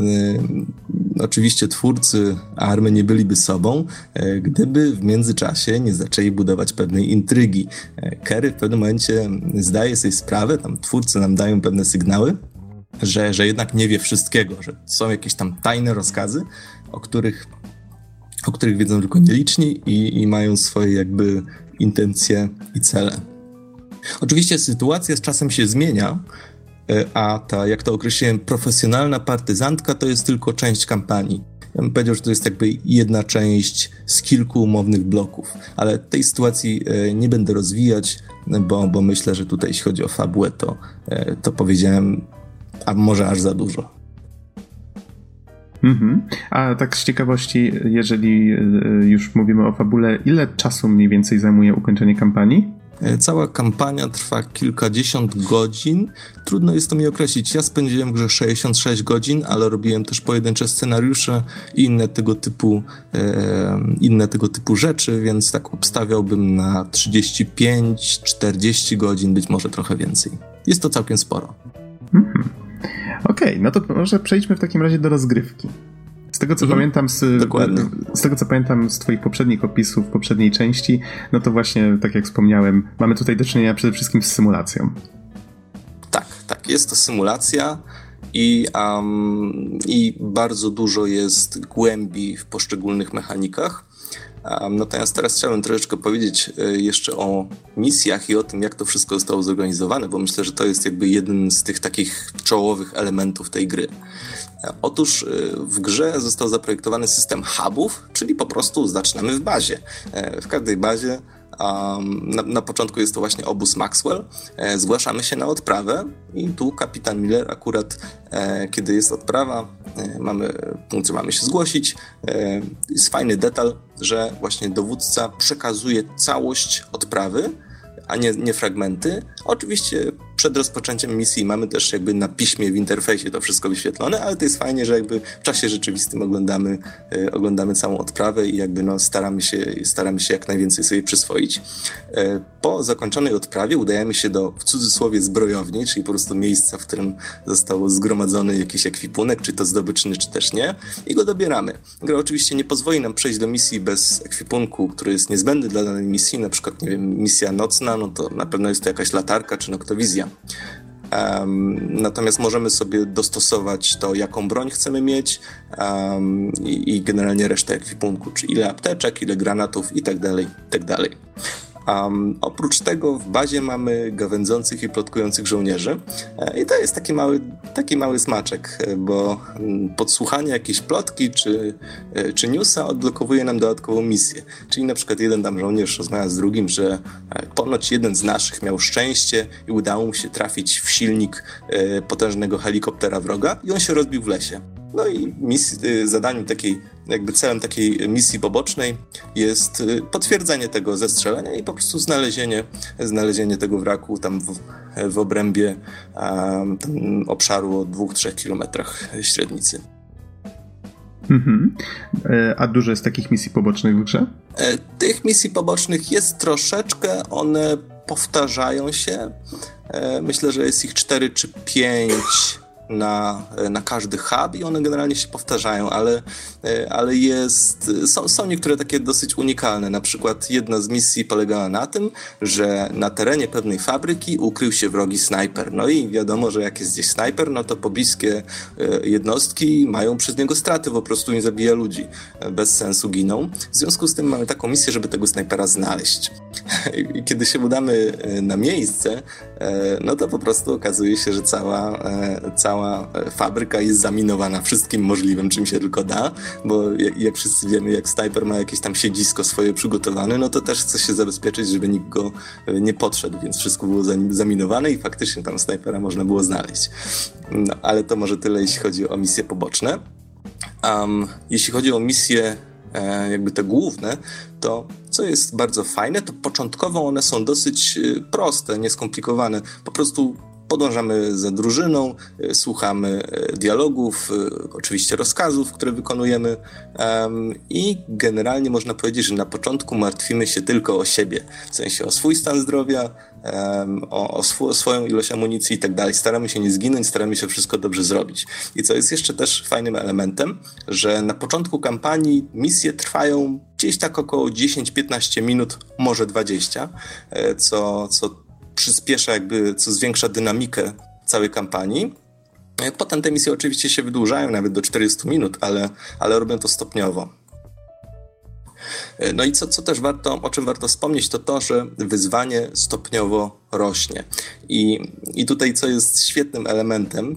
oczywiście twórcy Army nie byliby sobą, gdyby w międzyczasie nie zaczęli budować pewnej intrygi. Kerry w pewnym momencie zdaje sobie sprawę, tam twórcy nam dają pewne sygnały, że jednak nie wie wszystkiego, że są jakieś tam tajne rozkazy, o których wiedzą tylko nieliczni i mają swoje jakby intencje i cele. Oczywiście sytuacja z czasem się zmienia, a ta, jak to określiłem, profesjonalna partyzantka to jest tylko część kampanii. Ja bym powiedział, że to jest jakby jedna część z kilku umownych bloków, ale tej sytuacji nie będę rozwijać, bo myślę, że tutaj jeśli chodzi o fabułę, to powiedziałem, a może aż za dużo.
A tak z ciekawości, jeżeli już mówimy o fabule, ile czasu mniej więcej zajmuje ukończenie kampanii?
Cała kampania trwa kilkadziesiąt godzin. Trudno jest to mi określić. Ja spędziłem w grze 66 godzin, ale robiłem też pojedyncze scenariusze i inne tego typu rzeczy, więc tak obstawiałbym na 35-40 godzin, być może trochę więcej. Jest to całkiem sporo.
Okej, no to może przejdźmy w takim razie do rozgrywki. Z tego co pamiętam z twoich poprzednich opisów, poprzedniej części, no to właśnie, tak jak wspomniałem, mamy tutaj do czynienia przede wszystkim z symulacją.
Tak, jest to symulacja i bardzo dużo jest głębi w poszczególnych mechanikach. Natomiast teraz chciałem troszeczkę powiedzieć jeszcze o misjach i o tym, jak to wszystko zostało zorganizowane, bo myślę, że to jest jakby jeden z tych takich czołowych elementów tej gry. Otóż w grze został zaprojektowany system hubów, czyli po prostu zaczynamy w bazie. W każdej bazie na początku jest to właśnie obóz Maxwell. Zgłaszamy się na odprawę i tu kapitan Miller akurat, kiedy jest odprawa, mamy się zgłosić. Jest fajny detal, że właśnie dowódca przekazuje całość odprawy, a nie fragmenty. Oczywiście przed rozpoczęciem misji mamy też jakby na piśmie w interfejsie to wszystko wyświetlone, ale to jest fajnie, że jakby w czasie rzeczywistym oglądamy całą odprawę i jakby staramy się jak najwięcej sobie przyswoić. Po zakończonej odprawie udajemy się do, w cudzysłowie, zbrojowni, czyli po prostu miejsca, w którym został zgromadzony jakiś ekwipunek, czy to zdobyczny, czy też nie, i go dobieramy. Gra oczywiście nie pozwoli nam przejść do misji bez ekwipunku, który jest niezbędny dla danej misji, na przykład, nie wiem, misja nocna, no to na pewno jest to jakaś latarka, czy noktowizja. Natomiast możemy sobie dostosować to, jaką broń chcemy mieć i generalnie resztę ekwipunku, czy ile apteczek, ile granatów i tak dalej. Oprócz tego w bazie mamy gawędzących i plotkujących żołnierzy i to jest taki mały smaczek, bo podsłuchanie jakiejś plotki czy newsa odblokowuje nam dodatkową misję. Czyli na przykład jeden tam żołnierz rozmawia z drugim, że ponoć jeden z naszych miał szczęście i udało mu się trafić w silnik potężnego helikoptera wroga i on się rozbił w lesie. No i zadaniem celem takiej misji pobocznej jest potwierdzenie tego zestrzelenia i po prostu znalezienie tego wraku tam w obrębie obszaru o 2-3 kilometrach średnicy.
Mhm. A dużo jest takich misji pobocznych w grze?
Tych misji pobocznych jest troszeczkę, one powtarzają się. Myślę, że jest ich 4 czy 5 na każdy hub i one generalnie się powtarzają, ale są niektóre takie dosyć unikalne. Na przykład jedna z misji polegała na tym, że na terenie pewnej fabryki ukrył się wrogi snajper. No i wiadomo, że jak jest gdzieś snajper, no to pobliskie jednostki mają przez niego straty, po prostu nie zabija ludzi. Bez sensu giną. W związku z tym mamy taką misję, żeby tego snajpera znaleźć. I kiedy się udamy na miejsce, no to po prostu okazuje się, że cała fabryka jest zaminowana wszystkim możliwym, czym się tylko da, bo jak wszyscy wiemy, jak snajper ma jakieś tam siedzisko swoje przygotowane, no to też chce się zabezpieczyć, żeby nikt go nie podszedł, więc wszystko było zaminowane i faktycznie tam snajpera można było znaleźć. No, ale to może tyle, jeśli chodzi o misje poboczne. Jeśli chodzi o misje jakby te główne, to co jest bardzo fajne, to początkowo one są dosyć proste, nieskomplikowane. Po prostu podążamy za drużyną, słuchamy dialogów, oczywiście rozkazów, które wykonujemy i generalnie można powiedzieć, że na początku martwimy się tylko o siebie, w sensie o swój stan zdrowia, o swoją ilość amunicji i tak dalej. Staramy się nie zginąć, staramy się wszystko dobrze zrobić. I co jest jeszcze też fajnym elementem, że na początku kampanii misje trwają gdzieś tak około 10-15 minut, może 20, co przyspiesza co zwiększa dynamikę całej kampanii. Potem te misje oczywiście się wydłużają nawet do 40 minut, ale robią to stopniowo. No i co też o czym warto wspomnieć, to, że wyzwanie stopniowo rośnie. I tutaj co jest świetnym elementem,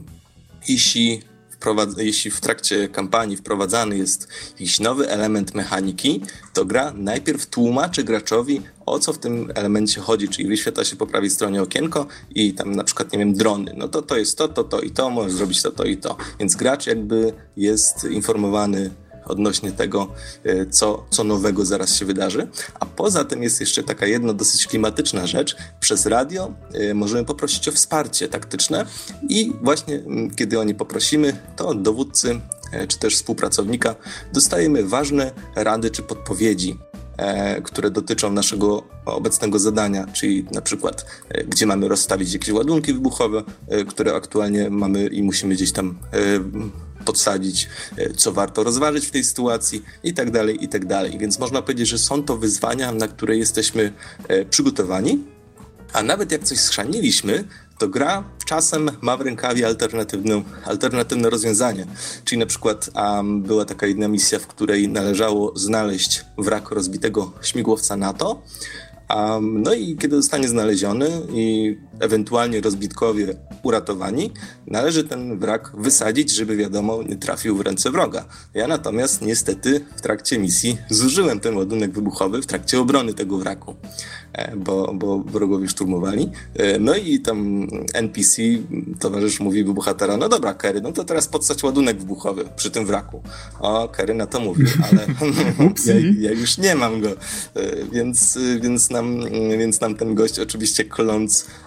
jeśli w trakcie kampanii wprowadzany jest jakiś nowy element mechaniki, to gra najpierw tłumaczy graczowi, o co w tym elemencie chodzi, czyli wyświetla się po prawej stronie okienko i tam na przykład, nie wiem, drony. No to jest to i to, możesz zrobić to i to. Więc gracz jakby jest informowany odnośnie tego, co nowego zaraz się wydarzy. A poza tym jest jeszcze taka jedna dosyć klimatyczna rzecz. Przez radio możemy poprosić o wsparcie taktyczne i właśnie kiedy o nie poprosimy, to od dowódcy czy też współpracownika dostajemy ważne rady czy podpowiedzi, które dotyczą naszego obecnego zadania, czyli na przykład gdzie mamy rozstawić jakieś ładunki wybuchowe, które aktualnie mamy i musimy gdzieś tam podsadzić, co warto rozważyć w tej sytuacji i tak dalej. Więc można powiedzieć, że są to wyzwania, na które jesteśmy przygotowani, a nawet jak coś schrzaniliśmy, to gra czasem ma w rękawie alternatywne rozwiązanie. Czyli na przykład była taka jedna misja, w której należało znaleźć wrak rozbitego śmigłowca NATO. No i kiedy zostanie znaleziony i ewentualnie rozbitkowie uratowani, należy ten wrak wysadzić, żeby wiadomo, nie trafił w ręce wroga. Ja natomiast niestety w trakcie misji zużyłem ten ładunek wybuchowy w trakcie obrony tego wraku, bo wrogowie szturmowali. No i tam NPC, towarzysz mówi do bohatera, no dobra Kerry, no to teraz podsadź ładunek wybuchowy przy tym wraku. O, Kerry na to mówi, ale ja już nie mam go. Więc nam ten gość oczywiście kląc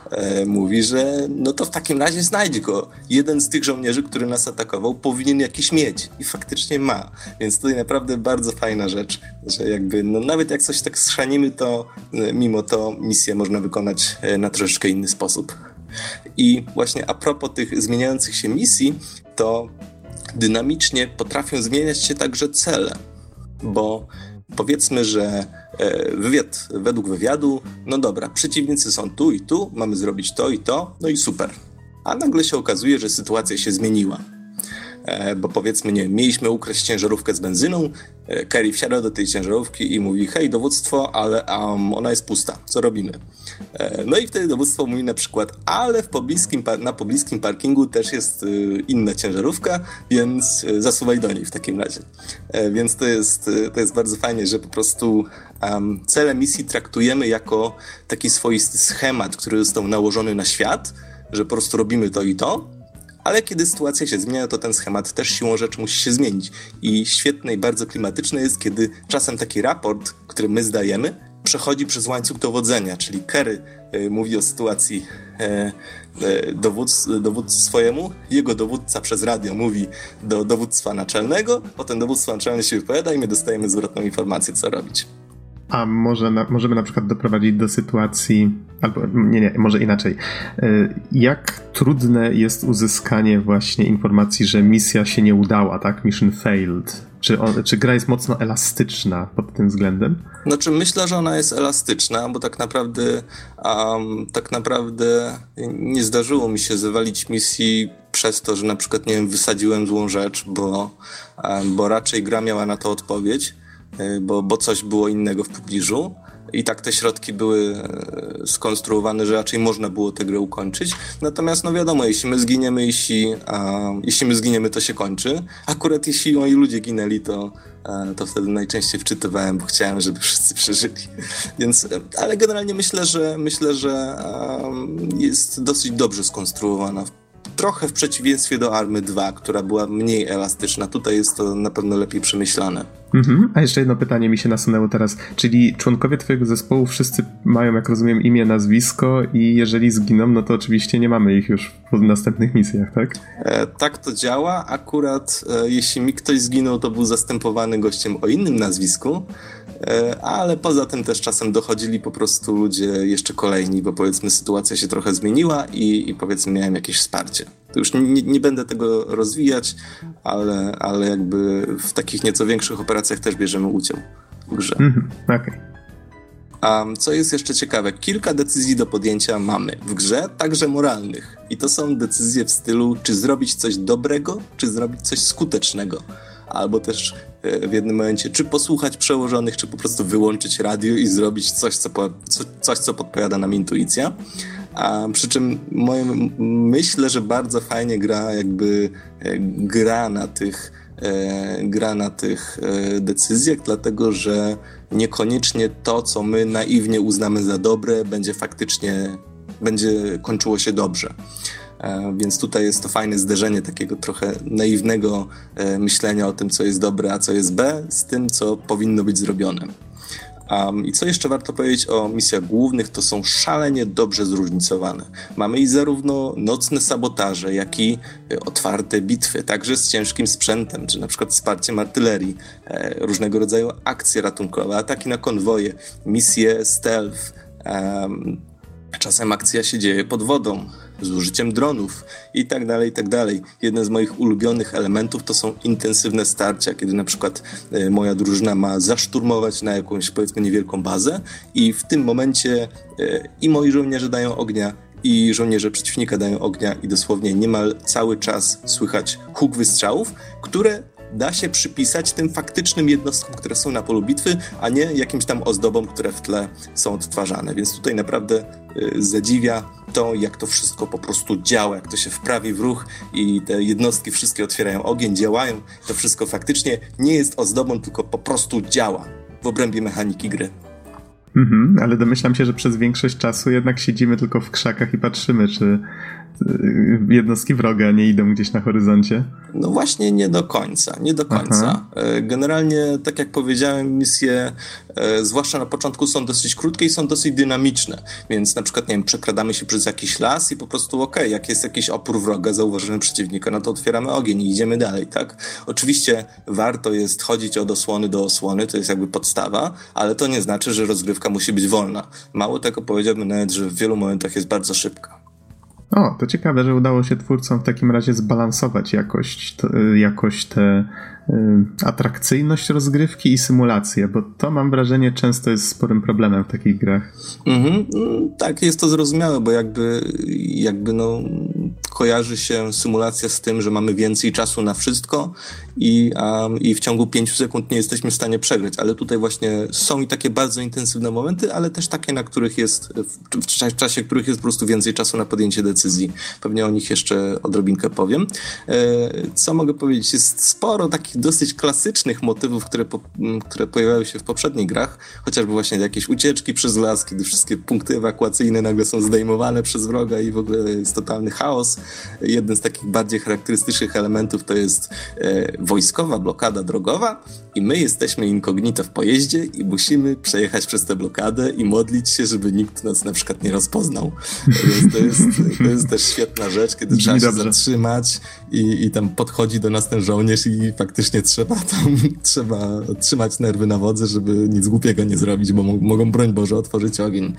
mówi, że no to w takim razie znajdź go. Jeden z tych żołnierzy, który nas atakował, powinien jakiś mieć i faktycznie ma. Więc tutaj naprawdę bardzo fajna rzecz, że jakby no nawet jak coś tak schrzanimy, to mimo to misję można wykonać na troszeczkę inny sposób. I właśnie a propos tych zmieniających się misji, to dynamicznie potrafią zmieniać się także cele, bo powiedzmy, że według wywiadu, no dobra, przeciwnicy są tu i tu, mamy zrobić to i to, no i super. A nagle się okazuje, że sytuacja się zmieniła. Bo powiedzmy, nie wiem, mieliśmy ukraść ciężarówkę z benzyną, Kerry wsiada do tej ciężarówki i mówi, hej, dowództwo, ale ona jest pusta, co robimy? No i wtedy dowództwo mówi na przykład, ale na pobliskim parkingu też jest inna ciężarówka, więc zasuwaj do niej w takim razie. Więc to jest bardzo fajnie, że po prostu cele misji traktujemy jako taki swoisty schemat, który został nałożony na świat, że po prostu robimy to i to, ale kiedy sytuacja się zmienia, to ten schemat też siłą rzeczy musi się zmienić. I świetne i bardzo klimatyczne jest, kiedy czasem taki raport, który my zdajemy, przechodzi przez łańcuch dowodzenia, czyli Kerry mówi o sytuacji dowódcy swojemu, jego dowódca przez radio mówi do dowództwa naczelnego, potem dowództwo naczelne się wypowiada i my dostajemy zwrotną informację, co robić.
A możemy na przykład doprowadzić do sytuacji, albo może inaczej. Jak trudne jest uzyskanie właśnie informacji, że misja się nie udała, tak? Mission failed. Czy gra jest mocno elastyczna pod tym względem?
Znaczy myślę, że ona jest elastyczna, bo tak naprawdę nie zdarzyło mi się zawalić misji przez to, że na przykład, nie wiem, wysadziłem złą rzecz, bo raczej gra miała na to odpowiedź. Bo coś było innego w pobliżu i tak te środki były skonstruowane, że raczej można było tę grę ukończyć. Natomiast no wiadomo, jeśli my zginiemy, to się kończy. Akurat jeśli moi ludzie ginęli, to wtedy najczęściej wczytywałem, bo chciałem, żeby wszyscy przeżyli. Więc, ale generalnie myślę, że jest dosyć dobrze skonstruowana. Trochę w przeciwieństwie do Army 2, która była mniej elastyczna. Tutaj jest to na pewno lepiej przemyślane.
A jeszcze jedno pytanie mi się nasunęło teraz. Czyli członkowie twojego zespołu wszyscy mają, jak rozumiem, imię, nazwisko i jeżeli zginą, no to oczywiście nie mamy ich już w następnych misjach, tak?
Tak to działa. Akurat jeśli mi ktoś zginął, to był zastępowany gościem o innym nazwisku, ale poza tym też czasem dochodzili po prostu ludzie jeszcze kolejni, bo powiedzmy sytuacja się trochę zmieniła i powiedzmy miałem jakieś wsparcie. To już nie będę tego rozwijać, ale jakby w takich nieco większych operacjach też bierzemy udział w grze.
Okej.
A co jest jeszcze ciekawe, kilka decyzji do podjęcia mamy w grze, także moralnych. I to są decyzje w stylu, czy zrobić coś dobrego, czy zrobić coś skutecznego. Albo też w jednym momencie, czy posłuchać przełożonych, czy po prostu wyłączyć radio i zrobić coś, co podpowiada nam intuicja. A przy czym myślę, że bardzo fajnie gra na tych decyzjach, dlatego że niekoniecznie to, co my naiwnie uznamy za dobre, będzie kończyło się dobrze. Więc tutaj jest to fajne zderzenie takiego trochę naiwnego myślenia o tym, co jest dobre, a co jest B, z tym, co powinno być zrobione. I co jeszcze warto powiedzieć o misjach głównych, to są szalenie dobrze zróżnicowane. Mamy i zarówno nocne sabotaże, jak i otwarte bitwy, także z ciężkim sprzętem, czy na przykład wsparciem artylerii, różnego rodzaju akcje ratunkowe, ataki na konwoje, misje stealth, czasem akcja się dzieje pod wodą, z użyciem dronów i tak dalej, i tak dalej. Jeden z moich ulubionych elementów to są intensywne starcia, kiedy na przykład moja drużyna ma zaszturmować na jakąś, powiedzmy, niewielką bazę i w tym momencie i moi żołnierze dają ognia, i żołnierze przeciwnika dają ognia i dosłownie niemal cały czas słychać huk wystrzałów, które da się przypisać tym faktycznym jednostkom, które są na polu bitwy, a nie jakimś tam ozdobom, które w tle są odtwarzane. Więc tutaj naprawdę zadziwia to, jak to wszystko po prostu działa, jak to się wprawi w ruch i te jednostki wszystkie otwierają ogień, działają. To wszystko faktycznie nie jest ozdobą, tylko po prostu działa w obrębie mechaniki gry.
Ale domyślam się, że przez większość czasu jednak siedzimy tylko w krzakach i patrzymy, jednostki wroga nie idą gdzieś na horyzoncie?
No właśnie nie do końca. Aha. Generalnie, tak jak powiedziałem, misje, zwłaszcza na początku, są dosyć krótkie i są dosyć dynamiczne, więc na przykład, nie wiem, przekradamy się przez jakiś las i po prostu jak jest jakiś opór wroga, zauważymy przeciwnika, no to otwieramy ogień i idziemy dalej, tak? Oczywiście warto jest chodzić od osłony do osłony, to jest jakby podstawa, ale to nie znaczy, że rozgrywka musi być wolna. Mało tego, powiedziałbym nawet, że w wielu momentach jest bardzo szybka.
O, to ciekawe, że udało się twórcom w takim razie zbalansować jakoś tę atrakcyjność rozgrywki i symulację, bo to, mam wrażenie, często jest sporym problemem w takich grach.
Tak, jest to zrozumiałe, bo jakby kojarzy się symulacja z tym, że mamy więcej czasu na wszystko i w ciągu 5 sekund nie jesteśmy w stanie przegrać, ale tutaj właśnie są i takie bardzo intensywne momenty, ale też takie, na których jest, w czasie których jest po prostu więcej czasu na podjęcie decyzji. Pewnie o nich jeszcze odrobinkę powiem. Co mogę powiedzieć? Jest sporo takich dosyć klasycznych motywów, które pojawiały się w poprzednich grach, chociażby właśnie jakieś ucieczki przez las, kiedy wszystkie punkty ewakuacyjne nagle są zdejmowane przez wroga i w ogóle jest totalny chaos. Jeden z takich bardziej charakterystycznych elementów to jest wojskowa blokada drogowa i my jesteśmy incognito w pojeździe i musimy przejechać przez tę blokadę i modlić się, żeby nikt nas na przykład nie rozpoznał. To jest też świetna rzecz, kiedy trzeba się zatrzymać i tam podchodzi do nas ten żołnierz i faktycznie trzeba trzymać nerwy na wodze, żeby nic głupiego nie zrobić, bo mogą, broń Boże, otworzyć ogień.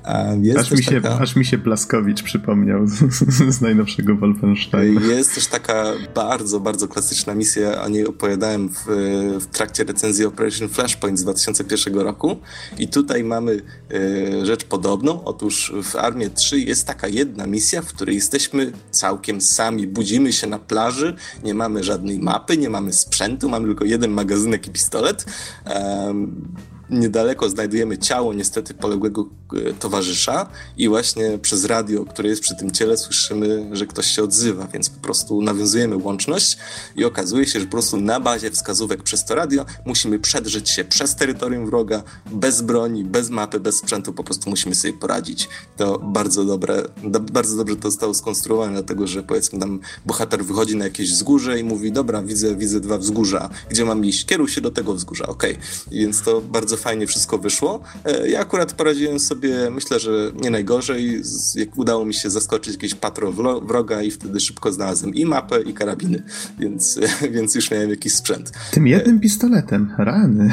Aż mi się Blaskowicz przypomniał z najnowszego Wolfensteina.
Jest też taka bardzo, bardzo klasyczna misja, o niej opowiadałem w trakcie recenzji Operation Flashpoint z 2001 roku i tutaj mamy rzecz podobną. Otóż w Armie 3 jest taka jedna misja, w której jesteśmy całkiem sami. Budzimy się na plaży, nie mamy żadnej mapy, nie mamy sprzętu, mamy tylko jeden magazynek i pistolet. Niedaleko znajdujemy ciało niestety poległego towarzysza i właśnie przez radio, które jest przy tym ciele, słyszymy, że ktoś się odzywa, więc po prostu nawiązujemy łączność i okazuje się, że po prostu na bazie wskazówek przez to radio musimy przedrzeć się przez terytorium wroga, bez broni, bez mapy, bez sprzętu, po prostu musimy sobie poradzić. To bardzo dobrze to zostało skonstruowane, dlatego że powiedzmy tam bohater wychodzi na jakieś wzgórze i mówi, dobra, widzę 2 wzgórza, gdzie mam iść? Kieruj się do tego wzgórza, okej. Więc to bardzo fajnie wszystko wyszło. Ja akurat poradziłem sobie, myślę, że nie najgorzej, jak udało mi się zaskoczyć jakiś patrol wroga i wtedy szybko znalazłem i mapę, i karabiny, więc już miałem jakiś sprzęt.
Tym jednym pistoletem, rany.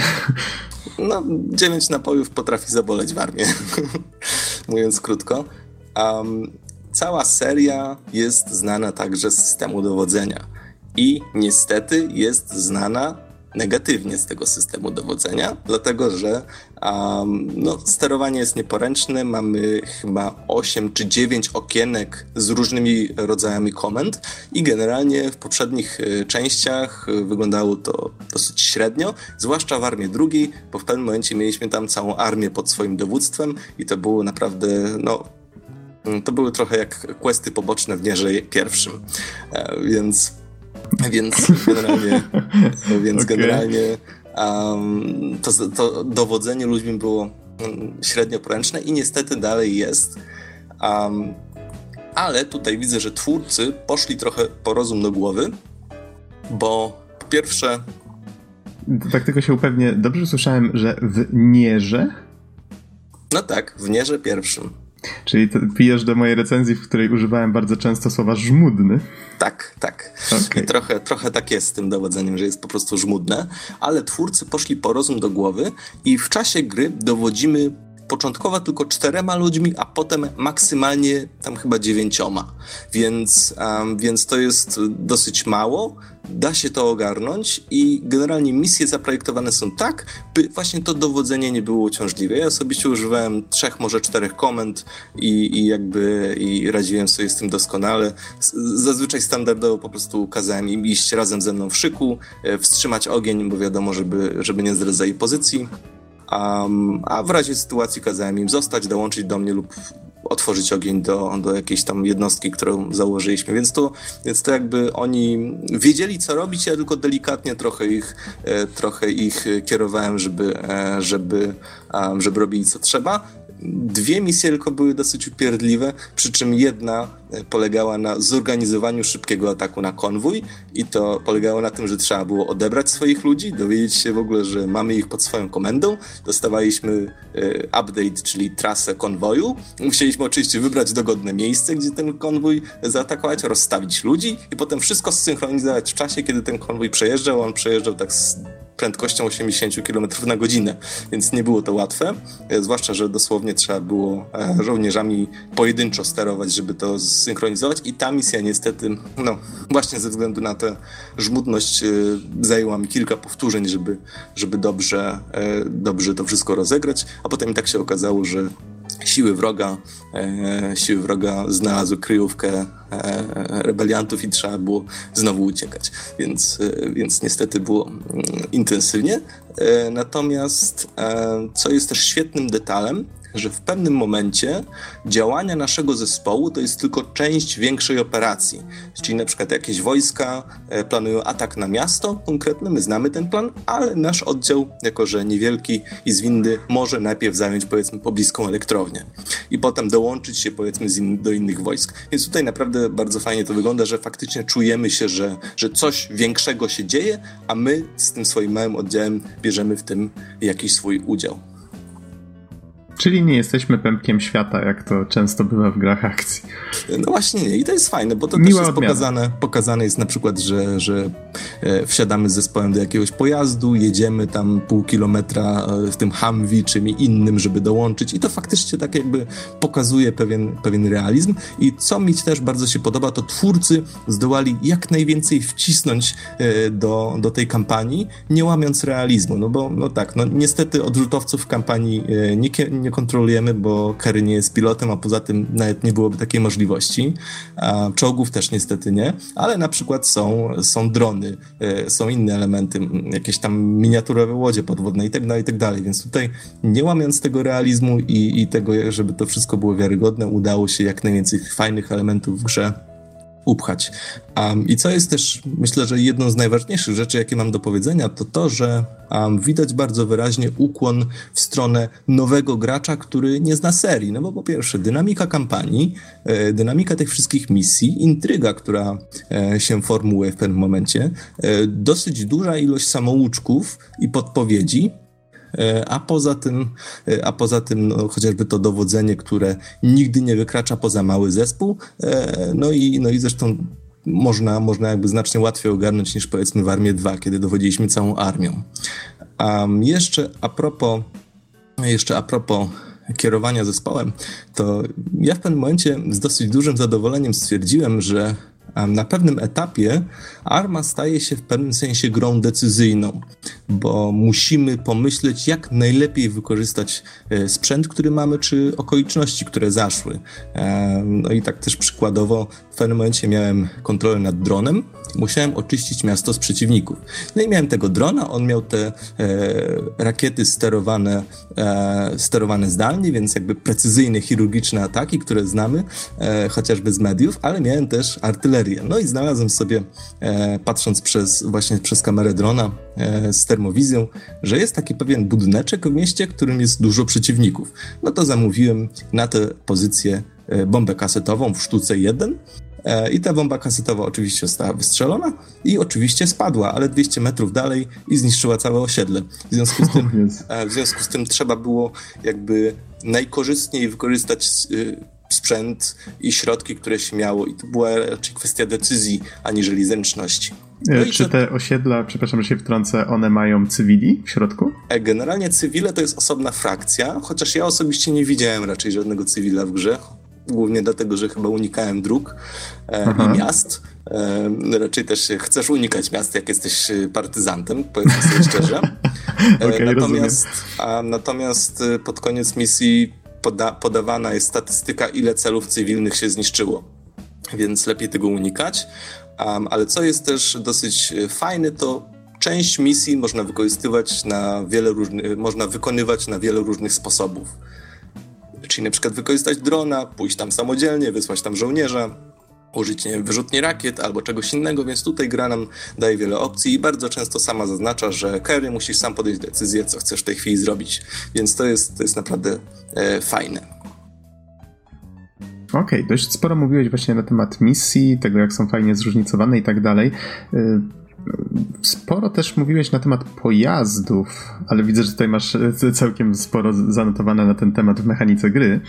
9 nabojów potrafi zaboleć w armii, mówiąc krótko. Cała seria jest znana także z systemu dowodzenia i niestety jest znana negatywnie z tego systemu dowodzenia, dlatego że sterowanie jest nieporęczne, mamy chyba 8 czy 9 okienek z różnymi rodzajami komend i generalnie w poprzednich częściach wyglądało to dosyć średnio, zwłaszcza w Armii II, bo w pewnym momencie mieliśmy tam całą armię pod swoim dowództwem i to było naprawdę, to były trochę jak questy poboczne w Nierze pierwszym, więc generalnie to dowodzenie ludźmi było średnio poręczne i niestety dalej jest. Ale tutaj widzę, że twórcy poszli trochę po rozum do głowy, bo po pierwsze...
Tak tylko się upewnię, dobrze słyszałem, że w Nierze?
No tak, w Nierze pierwszym.
Czyli pijesz do mojej recenzji, w której używałem bardzo często słowa żmudny.
Tak.
Okay.
I trochę tak jest z tym dowodzeniem, że jest po prostu żmudne, ale twórcy poszli po rozum do głowy i w czasie gry dowodzimy początkowo tylko 4 ludźmi, a potem maksymalnie tam chyba 9. Więc to jest dosyć mało. Da się to ogarnąć i generalnie misje zaprojektowane są tak, by właśnie to dowodzenie nie było uciążliwe. Ja osobiście używałem 3, może 4 komend i radziłem sobie z tym doskonale. Zazwyczaj standardowo po prostu kazałem im iść razem ze mną w szyku, wstrzymać ogień, bo wiadomo, żeby nie zdradzali pozycji. A w razie sytuacji kazałem im zostać, dołączyć do mnie lub otworzyć ogień do jakiejś tam jednostki, którą założyliśmy. Więc to jakby oni wiedzieli, co robić, ja tylko delikatnie trochę ich kierowałem, żeby robili co trzeba. 2 misje tylko były dosyć upierdliwe, przy czym jedna polegała na zorganizowaniu szybkiego ataku na konwój i to polegało na tym, że trzeba było odebrać swoich ludzi, dowiedzieć się w ogóle, że mamy ich pod swoją komendą, dostawaliśmy update, czyli trasę konwoju, musieliśmy oczywiście wybrać dogodne miejsce, gdzie ten konwój zaatakować, rozstawić ludzi i potem wszystko zsynchronizować w czasie, kiedy ten konwój przejeżdżał. On przejeżdżał tak z prędkością 80 km na godzinę, więc nie było to łatwe, zwłaszcza, że dosłownie trzeba było żołnierzami pojedynczo sterować, żeby to zsynchronizować i ta misja niestety, no właśnie ze względu na tę żmudność zajęła mi kilka powtórzeń, żeby dobrze to wszystko rozegrać, a potem i tak się okazało, że siły wroga znalazły kryjówkę rebeliantów i trzeba było znowu uciekać. Więc niestety było intensywnie. Natomiast co jest też świetnym detalem, że w pewnym momencie działania naszego zespołu to jest tylko część większej operacji. Czyli na przykład jakieś wojska planują atak na miasto konkretne, my znamy ten plan, ale nasz oddział, jako że niewielki i zwinny, może najpierw zająć powiedzmy pobliską elektrownię i potem dołączyć się powiedzmy do innych wojsk. Więc tutaj naprawdę bardzo fajnie to wygląda, że faktycznie czujemy się, że coś większego się dzieje, a my z tym swoim małym oddziałem bierzemy w tym jakiś swój udział.
Czyli nie jesteśmy pępkiem świata, jak to często bywa w grach akcji.
No właśnie nie. I to jest fajne, bo to też jest pokazane jest na przykład, że wsiadamy z zespołem do jakiegoś pojazdu, jedziemy tam pół kilometra w tym Humvee czy innym, żeby dołączyć i to faktycznie tak jakby pokazuje pewien realizm. I co mi też bardzo się podoba, to twórcy zdołali jak najwięcej wcisnąć do tej kampanii, nie łamiąc realizmu. No bo niestety odrzutowców w kampanii nie kontrolujemy, bo Kerry nie jest pilotem, a poza tym nawet nie byłoby takiej możliwości. A czołgów też niestety nie, ale na przykład są drony, są inne elementy, jakieś tam miniaturowe łodzie podwodne i tak dalej, więc tutaj nie łamiąc tego realizmu i tego, żeby to wszystko było wiarygodne, udało się jak najwięcej fajnych elementów w grze upchać. I co jest też, myślę, że jedną z najważniejszych rzeczy, jakie mam do powiedzenia, to że widać bardzo wyraźnie ukłon w stronę nowego gracza, który nie zna serii. No bo po pierwsze, dynamika kampanii, dynamika tych wszystkich misji, intryga, która się formułuje w pewnym momencie, dosyć duża ilość samouczków i podpowiedzi, a poza tym no, chociażby to dowodzenie, które nigdy nie wykracza poza mały zespół, no i zresztą można jakby znacznie łatwiej ogarnąć niż powiedzmy w Armię 2, kiedy dowodziliśmy całą armią. Jeszcze a propos kierowania zespołem, to ja w pewnym momencie z dosyć dużym zadowoleniem stwierdziłem, że na pewnym etapie Arma staje się w pewnym sensie grą decyzyjną, bo musimy pomyśleć, jak najlepiej wykorzystać sprzęt, który mamy, czy okoliczności, które zaszły. No i tak też przykładowo w pewnym momencie miałem kontrolę nad dronem, musiałem oczyścić miasto z przeciwników. No i miałem tego drona, on miał te rakiety sterowane zdalnie, więc jakby precyzyjne, chirurgiczne ataki, które znamy chociażby z mediów, ale miałem też artylerię. No i znalazłem sobie, patrząc przez kamerę drona z termowizją, że jest taki pewien budyneczek w mieście, w którym jest dużo przeciwników. No to zamówiłem na tę pozycję bombę kasetową w sztuce 1 i ta bomba kasetowa oczywiście została wystrzelona i oczywiście spadła, ale 200 metrów dalej i zniszczyła całe osiedle. W związku z tym trzeba było jakby najkorzystniej wykorzystać sprzęt i środki, które się miało i to była raczej kwestia decyzji, aniżeli zręczności.
No czy te osiedla, przepraszam, że się wtrącę, one mają cywili w środku?
Generalnie cywile to jest osobna frakcja, chociaż ja osobiście nie widziałem raczej żadnego cywila w grze, głównie dlatego, że chyba unikałem dróg i miast. Raczej też chcesz unikać miast, jak jesteś partyzantem, powiedzmy sobie szczerze. Natomiast pod koniec misji podawana jest statystyka, ile celów cywilnych się zniszczyło, więc lepiej tego unikać. Ale co jest też dosyć fajne, to część misji można wykonywać na wiele różnych sposobów. Czyli na przykład wykorzystać drona, pójść tam samodzielnie, wysłać tam żołnierza, użyć, nie wiem, wyrzutni rakiet albo czegoś innego, więc tutaj gra nam daje wiele opcji i bardzo często sama zaznacza, że carry musisz sam podjąć decyzję, co chcesz w tej chwili zrobić, więc to jest naprawdę fajne.
Okej, dość sporo mówiłeś właśnie na temat misji, tego jak są fajnie zróżnicowane i tak dalej. Sporo też mówiłeś na temat pojazdów, ale widzę, że tutaj masz całkiem sporo zanotowane na ten temat w mechanice gry.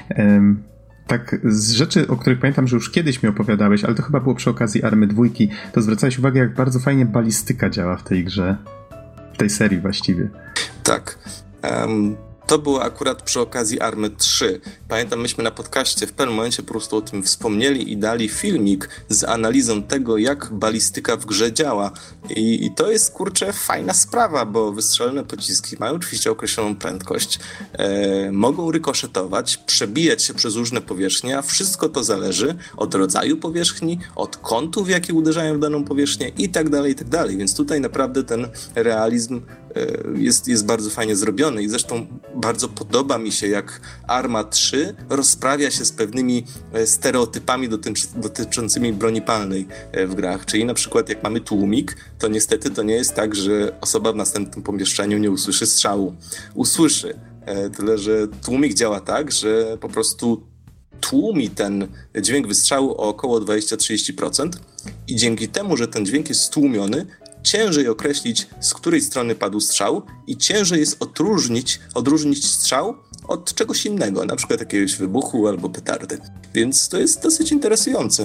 Tak, z rzeczy, o których pamiętam, że już kiedyś mi opowiadałeś, ale to chyba było przy okazji Army 2, to zwracałeś uwagę, jak bardzo fajnie balistyka działa w tej grze, w tej serii właściwie.
Tak. To było akurat przy okazji Army 3. Pamiętam, myśmy na podcaście w pewnym momencie po prostu o tym wspomnieli i dali filmik z analizą tego, jak balistyka w grze działa. I to jest, kurczę, fajna sprawa, bo wystrzelone pociski mają oczywiście określoną prędkość, mogą rykoszetować, przebijać się przez różne powierzchnie, a wszystko to zależy od rodzaju powierzchni, od kątów, jakie uderzają w daną powierzchnię i tak dalej, więc tutaj naprawdę ten realizm jest bardzo fajnie zrobiony i zresztą bardzo podoba mi się, jak Arma 3 rozprawia się z pewnymi stereotypami dotyczącymi broni palnej w grach, czyli na przykład jak mamy tłumik, to niestety to nie jest tak, że osoba w następnym pomieszczeniu nie usłyszy strzału. Usłyszy, tyle że tłumik działa tak, że po prostu tłumi ten dźwięk wystrzału o około 20-30% i dzięki temu, że ten dźwięk jest stłumiony, ciężej określić, z której strony padł strzał i ciężej jest odróżnić strzał od czegoś innego, na przykład jakiegoś wybuchu albo petardy. Więc to jest dosyć interesujące.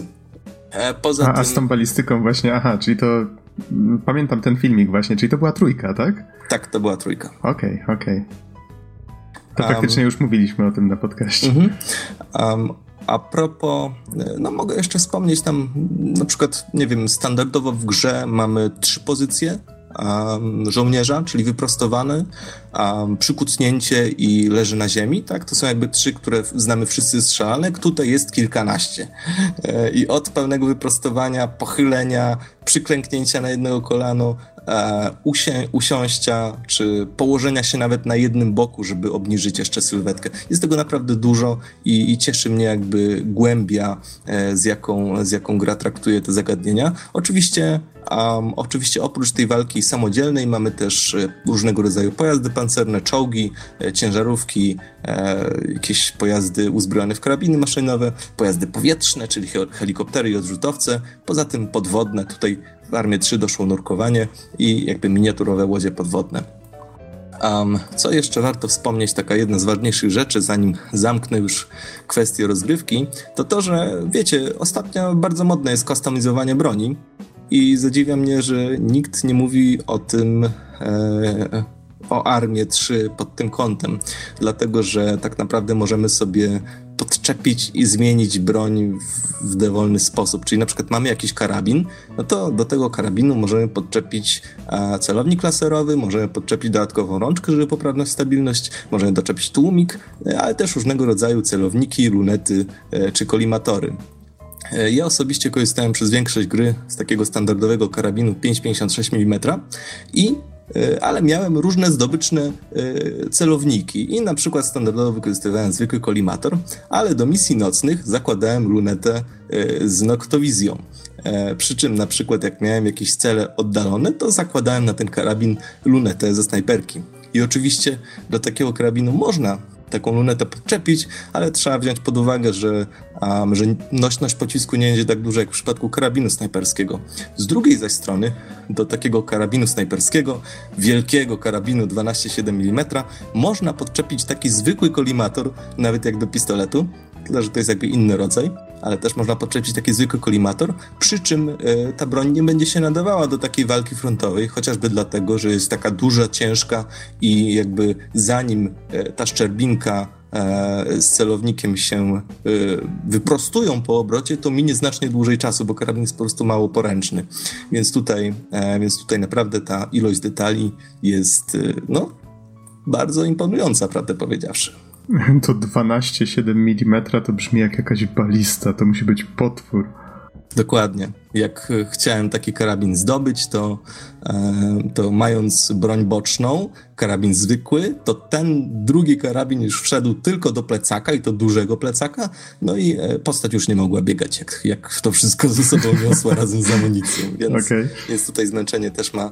A z tą balistyką właśnie, czyli to... Pamiętam ten filmik właśnie, czyli to była 3, tak?
Tak, to była 3.
Okej. To faktycznie już mówiliśmy o tym na podcaście.
A propos, mogę jeszcze wspomnieć tam, na przykład, nie wiem, standardowo w grze mamy 3 pozycje żołnierza, czyli wyprostowany, przykucnięcie i leży na ziemi, tak? To są jakby 3, które znamy wszyscy z szalanek. Tutaj jest kilkanaście. I od pełnego wyprostowania, pochylenia, przyklęknięcia na jedno kolano, usiąścia, czy położenia się nawet na jednym boku, żeby obniżyć jeszcze sylwetkę. Jest tego naprawdę dużo i cieszy mnie jakby głębia, z jaką gra traktuje te zagadnienia. Oczywiście oprócz tej walki samodzielnej mamy też różnego rodzaju pojazdy pancerne, czołgi, ciężarówki, jakieś pojazdy uzbrojone w karabiny maszynowe, pojazdy powietrzne, czyli helikoptery i odrzutowce, poza tym podwodne. Tutaj w Armii 3 doszło nurkowanie i jakby miniaturowe łodzie podwodne. Co jeszcze warto wspomnieć, taka jedna z ważniejszych rzeczy, zanim zamknę już kwestię rozgrywki, to, że wiecie, ostatnio bardzo modne jest kustomizowanie broni i zadziwia mnie, że nikt nie mówi o tym, o Armię 3 pod tym kątem, dlatego że tak naprawdę możemy sobie podczepić i zmienić broń w dowolny sposób. Czyli na przykład mamy jakiś karabin, no to do tego karabinu możemy podczepić celownik laserowy, możemy podczepić dodatkową rączkę, żeby poprawić stabilność, możemy doczepić tłumik, ale też różnego rodzaju celowniki, lunety czy kolimatory. Ja osobiście korzystałem przez większość gry z takiego standardowego karabinu 5,56 mm ale miałem różne zdobyczne celowniki i na przykład standardowo wykorzystywałem zwykły kolimator, ale do misji nocnych zakładałem lunetę z noktowizją. Przy czym na przykład jak miałem jakieś cele oddalone, to zakładałem na ten karabin lunetę ze snajperki. I oczywiście do takiego karabinu można taką lunetę podczepić, ale trzeba wziąć pod uwagę, że nośność pocisku nie będzie tak duża jak w przypadku karabinu snajperskiego. Z drugiej zaś strony do takiego karabinu snajperskiego, wielkiego karabinu 12,7 mm można podczepić taki zwykły kolimator, nawet jak do pistoletu, tyle że to jest jakby inny rodzaj, ale też można podczepić taki zwykły kolimator, przy czym ta broń nie będzie się nadawała do takiej walki frontowej, chociażby dlatego, że jest taka duża, ciężka i jakby zanim ta szczerbinka z celownikiem się wyprostują po obrocie, to minie znacznie dłużej czasu, bo karabin jest po prostu mało poręczny. Więc tutaj naprawdę ta ilość detali jest bardzo imponująca, prawdę powiedziawszy.
To 12,7 mm to brzmi jak jakaś balista, to musi być potwór.
Dokładnie. jak chciałem taki karabin zdobyć, to mając broń boczną, karabin zwykły, to ten drugi karabin już wszedł tylko do plecaka i to dużego plecaka, no i postać już nie mogła biegać, jak to wszystko ze sobą niosła razem z amunicją, więc tutaj zmęczenie też ma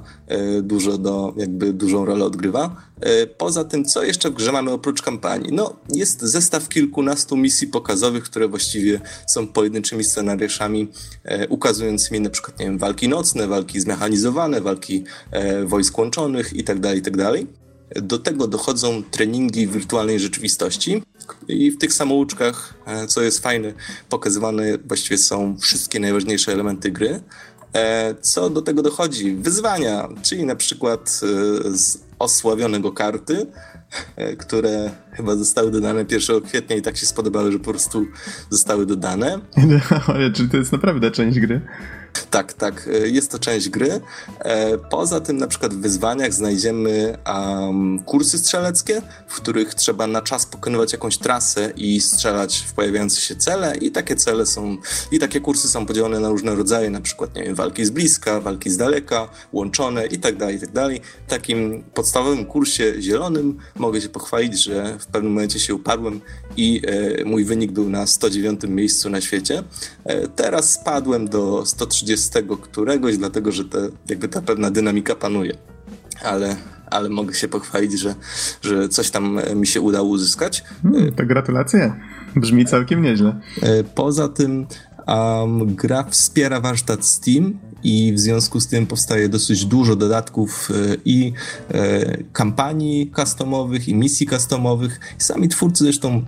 dużą rolę odgrywa. Poza tym, co jeszcze w grze mamy oprócz kampanii? No, jest zestaw kilkunastu misji pokazowych, które właściwie są pojedynczymi scenariuszami ukazującymi na przykład, nie wiem, walki nocne, walki zmechanizowane, walki wojsk łączonych itd. Do tego dochodzą treningi wirtualnej rzeczywistości i w tych samouczkach, co jest fajne, pokazywane właściwie są wszystkie najważniejsze elementy gry. Co do tego dochodzi? Wyzwania, czyli na przykład z osławionego karty, które chyba zostały dodane 1 kwietnia i tak się spodobały, że po prostu zostały dodane.
Ale czy to jest naprawdę część gry?
Tak, jest to część gry. Poza tym na przykład w wyzwaniach znajdziemy kursy strzeleckie, w których trzeba na czas pokonywać jakąś trasę i strzelać w pojawiające się cele i takie kursy są podzielone na różne rodzaje, na przykład, nie wiem, walki z bliska, walki z daleka, łączone i tak dalej. W takim podstawowym kursie zielonym mogę się pochwalić, że w pewnym momencie się uparłem i mój wynik był na 109 miejscu na świecie. Teraz spadłem do 130 któregoś, dlatego że ta pewna dynamika panuje. Ale mogę się pochwalić, że coś tam mi się udało uzyskać.
To gratulacje. Brzmi całkiem nieźle.
Poza tym gra wspiera warsztat Steam i w związku z tym powstaje dosyć dużo dodatków i kampanii customowych, i misji customowych. Sami twórcy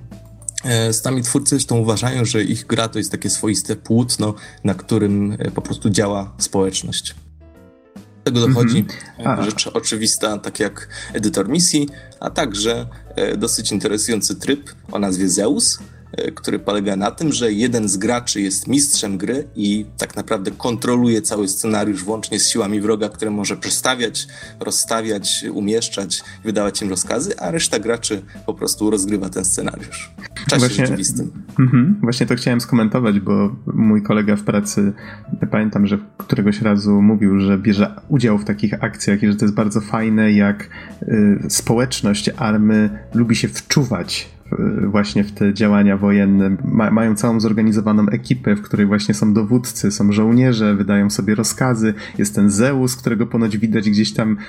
zresztą uważają, że ich gra to jest takie swoiste płótno, na którym po prostu działa społeczność. Do tego dochodzi rzecz oczywista, tak jak edytor misji, a także dosyć interesujący tryb o nazwie Zeus, który polega na tym, że jeden z graczy jest mistrzem gry i tak naprawdę kontroluje cały scenariusz włącznie z siłami wroga, które może przestawiać, rozstawiać, umieszczać, wydawać im rozkazy, a reszta graczy po prostu rozgrywa ten scenariusz w czasie rzeczywistym.
Właśnie to chciałem skomentować, bo mój kolega w pracy, pamiętam, że któregoś razu mówił, że bierze udział w takich akcjach i że to jest bardzo fajne, jak społeczność Army lubi się wczuwać właśnie w te działania wojenne. Mają całą zorganizowaną ekipę, w której właśnie są dowódcy, są żołnierze, wydają sobie rozkazy. Jest ten Zeus, którego ponoć widać gdzieś tam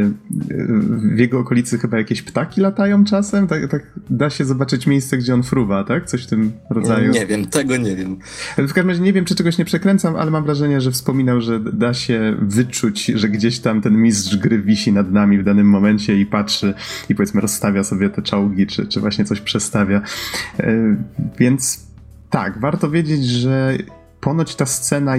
w jego okolicy chyba jakieś ptaki latają czasem. Tak da się zobaczyć miejsce, gdzie on fruwa, tak? Coś w tym rodzaju.
Nie wiem, tego nie wiem.
W każdym razie nie wiem, czy czegoś nie przekręcam, ale mam wrażenie, że wspominał, że da się wyczuć, że gdzieś tam ten mistrz gry wisi nad nami w danym momencie i patrzy i powiedzmy rozstawia sobie te czołgi, czy właśnie coś przestawia. Więc tak, warto wiedzieć, że ponoć ta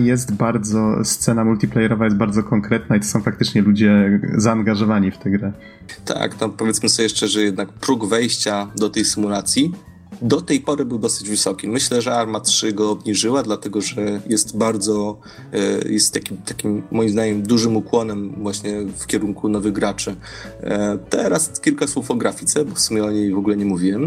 scena multiplayerowa jest bardzo konkretna i to są faktycznie ludzie zaangażowani w tę grę.
Tak, no powiedzmy sobie jeszcze, że jednak próg wejścia do tej symulacji do tej pory był dosyć wysoki. Myślę, że Arma 3 go obniżyła, dlatego że jest takim moim zdaniem dużym ukłonem właśnie w kierunku nowych graczy. Teraz kilka słów o grafice, bo w sumie o niej w ogóle nie mówiłem.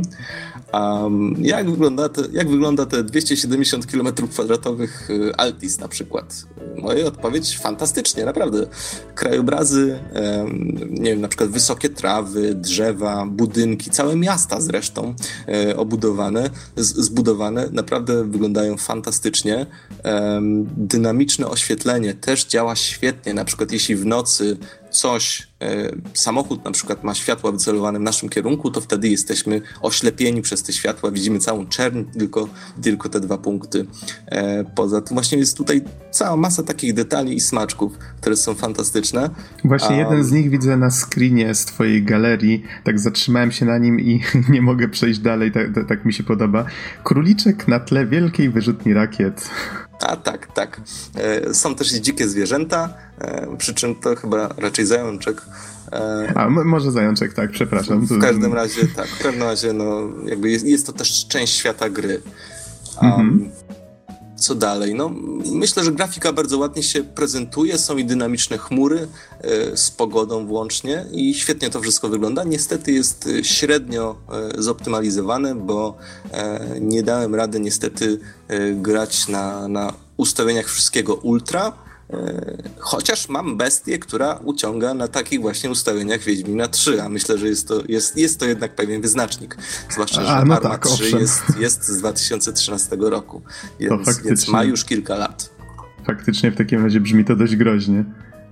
Jak wygląda te 270 km² Altis na przykład? Moja odpowiedź fantastycznie, naprawdę. Krajobrazy, nie wiem, na przykład wysokie trawy, drzewa, budynki, całe miasta zresztą zbudowane, naprawdę wyglądają fantastycznie. Dynamiczne oświetlenie też działa świetnie, na przykład jeśli w nocy samochód na przykład ma światła wycelowane w naszym kierunku, to wtedy jesteśmy oślepieni przez te światła, widzimy całą czerń, tylko te 2 punkty. Poza tym właśnie jest tutaj cała masa takich detali i smaczków, które są fantastyczne.
Właśnie jeden z nich widzę na screenie z twojej galerii, tak zatrzymałem się na nim i nie mogę przejść dalej, tak mi się podoba. Króliczek na tle wielkiej wyrzutni rakiet.
A tak. Są też i dzikie zwierzęta, przy czym to chyba raczej zajączek.
Może zajączek, tak, przepraszam.
W każdym razie, no, jakby jest to też część świata gry. Co dalej? No, myślę, że grafika bardzo ładnie się prezentuje, są i dynamiczne chmury z pogodą włącznie i świetnie to wszystko wygląda. Niestety jest średnio zoptymalizowane, bo nie dałem rady niestety grać na ustawieniach wszystkiego ultra, chociaż mam bestię, która uciąga na takich właśnie ustawieniach Wiedźmina 3, a myślę, że jest to jednak pewien wyznacznik. Zwłaszcza, że Arma 3 jest z 2013 roku, więc ma już kilka lat.
Faktycznie w takim razie brzmi to dość groźnie.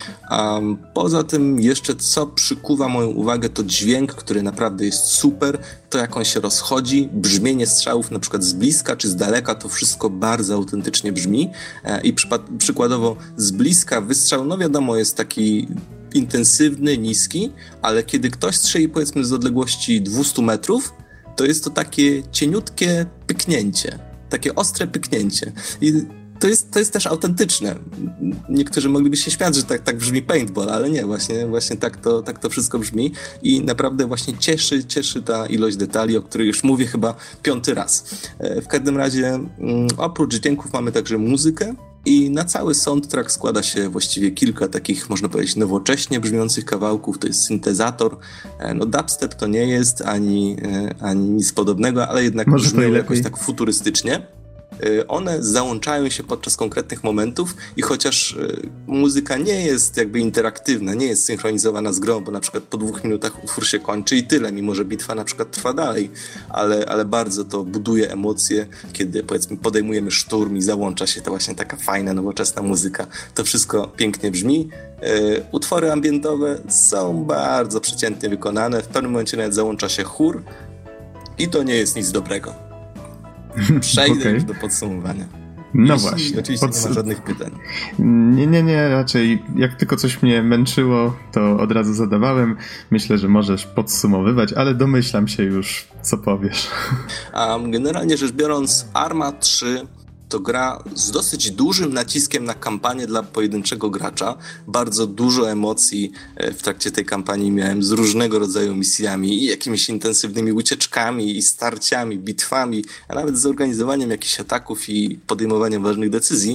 Poza tym jeszcze co przykuwa moją uwagę, to dźwięk, który naprawdę jest super, to jak on się rozchodzi, brzmienie strzałów na przykład z bliska czy z daleka, to wszystko bardzo autentycznie brzmi i przykładowo z bliska wystrzał, no wiadomo, jest taki intensywny, niski, ale kiedy ktoś strzeli powiedzmy z odległości 200 metrów, to jest to takie cieniutkie pyknięcie, takie ostre pyknięcie i to jest też autentyczne. Niektórzy mogliby się śmiać, że tak brzmi paintball, ale nie, właśnie tak to wszystko brzmi i naprawdę właśnie cieszy ta ilość detali, o których już mówię chyba 5. raz. W każdym razie oprócz dźwięków mamy także muzykę i na cały soundtrack składa się właściwie kilka takich, można powiedzieć, nowocześnie brzmiących kawałków. To jest syntezator. No dubstep to nie jest ani nic podobnego, ale jednak brzmią jakoś tak futurystycznie. One załączają się podczas konkretnych momentów i chociaż muzyka nie jest jakby interaktywna, nie jest synchronizowana z grą, bo na przykład po 2 minutach utwór się kończy i tyle, mimo że bitwa na przykład trwa dalej, ale bardzo to buduje emocje, kiedy powiedzmy podejmujemy szturm i załącza się ta właśnie taka fajna, nowoczesna muzyka. To wszystko pięknie brzmi. Utwory ambientowe są bardzo przeciętnie wykonane, w pewnym momencie nawet załącza się chór i to nie jest nic dobrego. Przejdę już do podsumowania.
No właśnie.
Oczywiście nie ma żadnych pytań.
Nie, raczej jak tylko coś mnie męczyło, to od razu zadawałem. Myślę, że możesz podsumowywać, ale domyślam się już, co powiesz.
Generalnie rzecz biorąc, Arma 3 to gra z dosyć dużym naciskiem na kampanię dla pojedynczego gracza. Bardzo dużo emocji w trakcie tej kampanii miałem z różnego rodzaju misjami i jakimiś intensywnymi ucieczkami i starciami, bitwami, a nawet z organizowaniem jakichś ataków i podejmowaniem ważnych decyzji.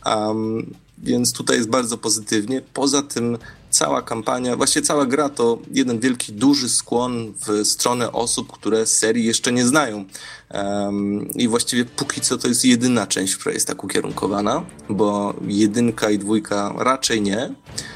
Więc tutaj jest bardzo pozytywnie. Poza tym cała kampania, właściwie cała gra to jeden wielki, duży skłon w stronę osób, które serii jeszcze nie znają. I właściwie póki co to jest jedyna część, która jest tak ukierunkowana, bo 1 i 2 raczej nie.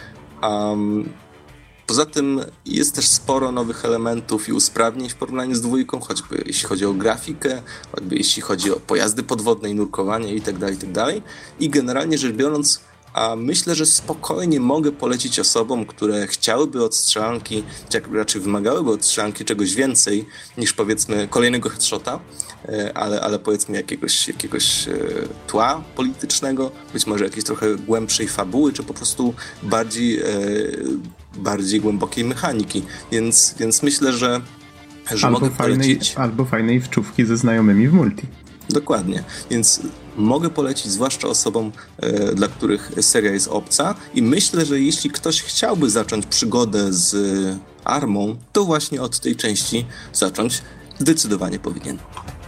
Poza tym jest też sporo nowych elementów i usprawnień w porównaniu z 2, choćby jeśli chodzi o grafikę, choćby jeśli chodzi o pojazdy podwodne i nurkowanie itd. I generalnie rzecz biorąc, myślę, że spokojnie mogę polecić osobom, które chciałyby od strzelanki, czy raczej wymagałyby od strzelanki czegoś więcej niż powiedzmy kolejnego headshota, ale powiedzmy jakiegoś tła politycznego, być może jakiejś trochę głębszej fabuły, czy po prostu bardziej głębokiej mechaniki. Więc myślę, że mogę polecić.
Albo fajnej wczówki ze znajomymi w multi.
Dokładnie, więc mogę polecić zwłaszcza osobom, dla których seria jest obca i myślę, że jeśli ktoś chciałby zacząć przygodę z Armą, to właśnie od tej części zacząć zdecydowanie powinien.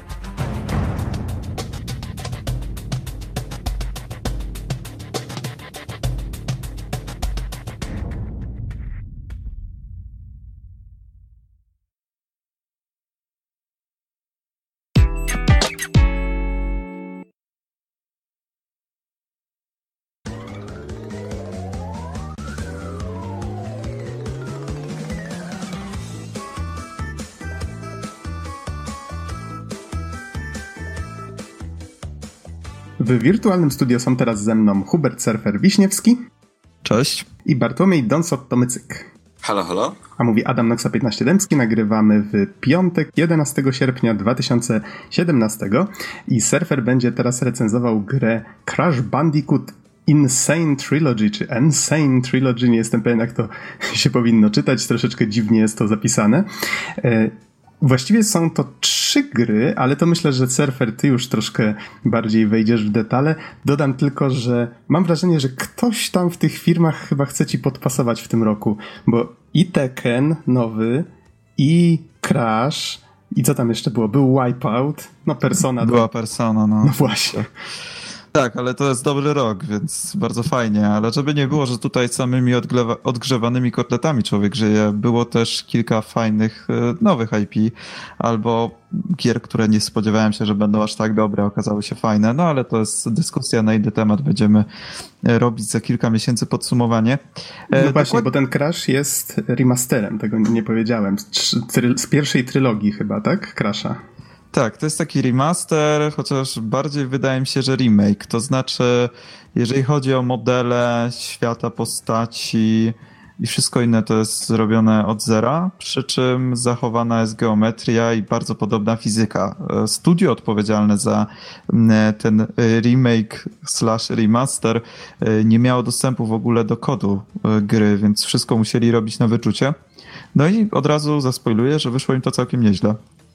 W wirtualnym studio są teraz ze mną Hubert Surfer-Wiśniewski.
Cześć.
I Bartłomiej Donsot-Tomycyk.
Halo, halo.
A mówi Adam Noxa 15 Dębski. Nagrywamy w piątek, 11 sierpnia 2017 i Surfer będzie teraz recenzował grę Crash Bandicoot Insane Trilogy, czy Insane Trilogy, nie jestem pewien, jak to się powinno czytać, troszeczkę dziwnie jest to zapisane. Właściwie są to 3 gry, ale to myślę, że Surfer, ty już troszkę bardziej wejdziesz w detale. Dodam tylko, że mam wrażenie, że ktoś tam w tych firmach chyba chce ci podpasować w tym roku, bo i Tekken nowy, i Crash, i co tam jeszcze było? Był Wipeout, no Persona.
Była Persona, no.
No właśnie.
Tak, ale to jest dobry rok, więc bardzo fajnie, ale żeby nie było, że tutaj samymi odgrzewanymi kotletami człowiek żyje, było też kilka fajnych nowych IP, albo gier, które nie spodziewałem się, że będą aż tak dobre, okazały się fajne, no ale to jest dyskusja na inny temat, będziemy robić za kilka miesięcy podsumowanie.
No właśnie, bo ten Crash jest remasterem, tego nie powiedziałem, z pierwszej trylogii chyba, tak? Crasha.
Tak, to jest taki remaster, chociaż bardziej wydaje mi się, że remake. To znaczy, jeżeli chodzi o modele, świata, postaci i wszystko inne, to jest zrobione od zera, przy czym zachowana jest geometria i bardzo podobna fizyka. Studio odpowiedzialne za ten remake / remaster nie miało dostępu w ogóle do kodu gry, więc wszystko musieli robić na wyczucie. No i od razu zaspoiluję, że wyszło im to całkiem nieźle.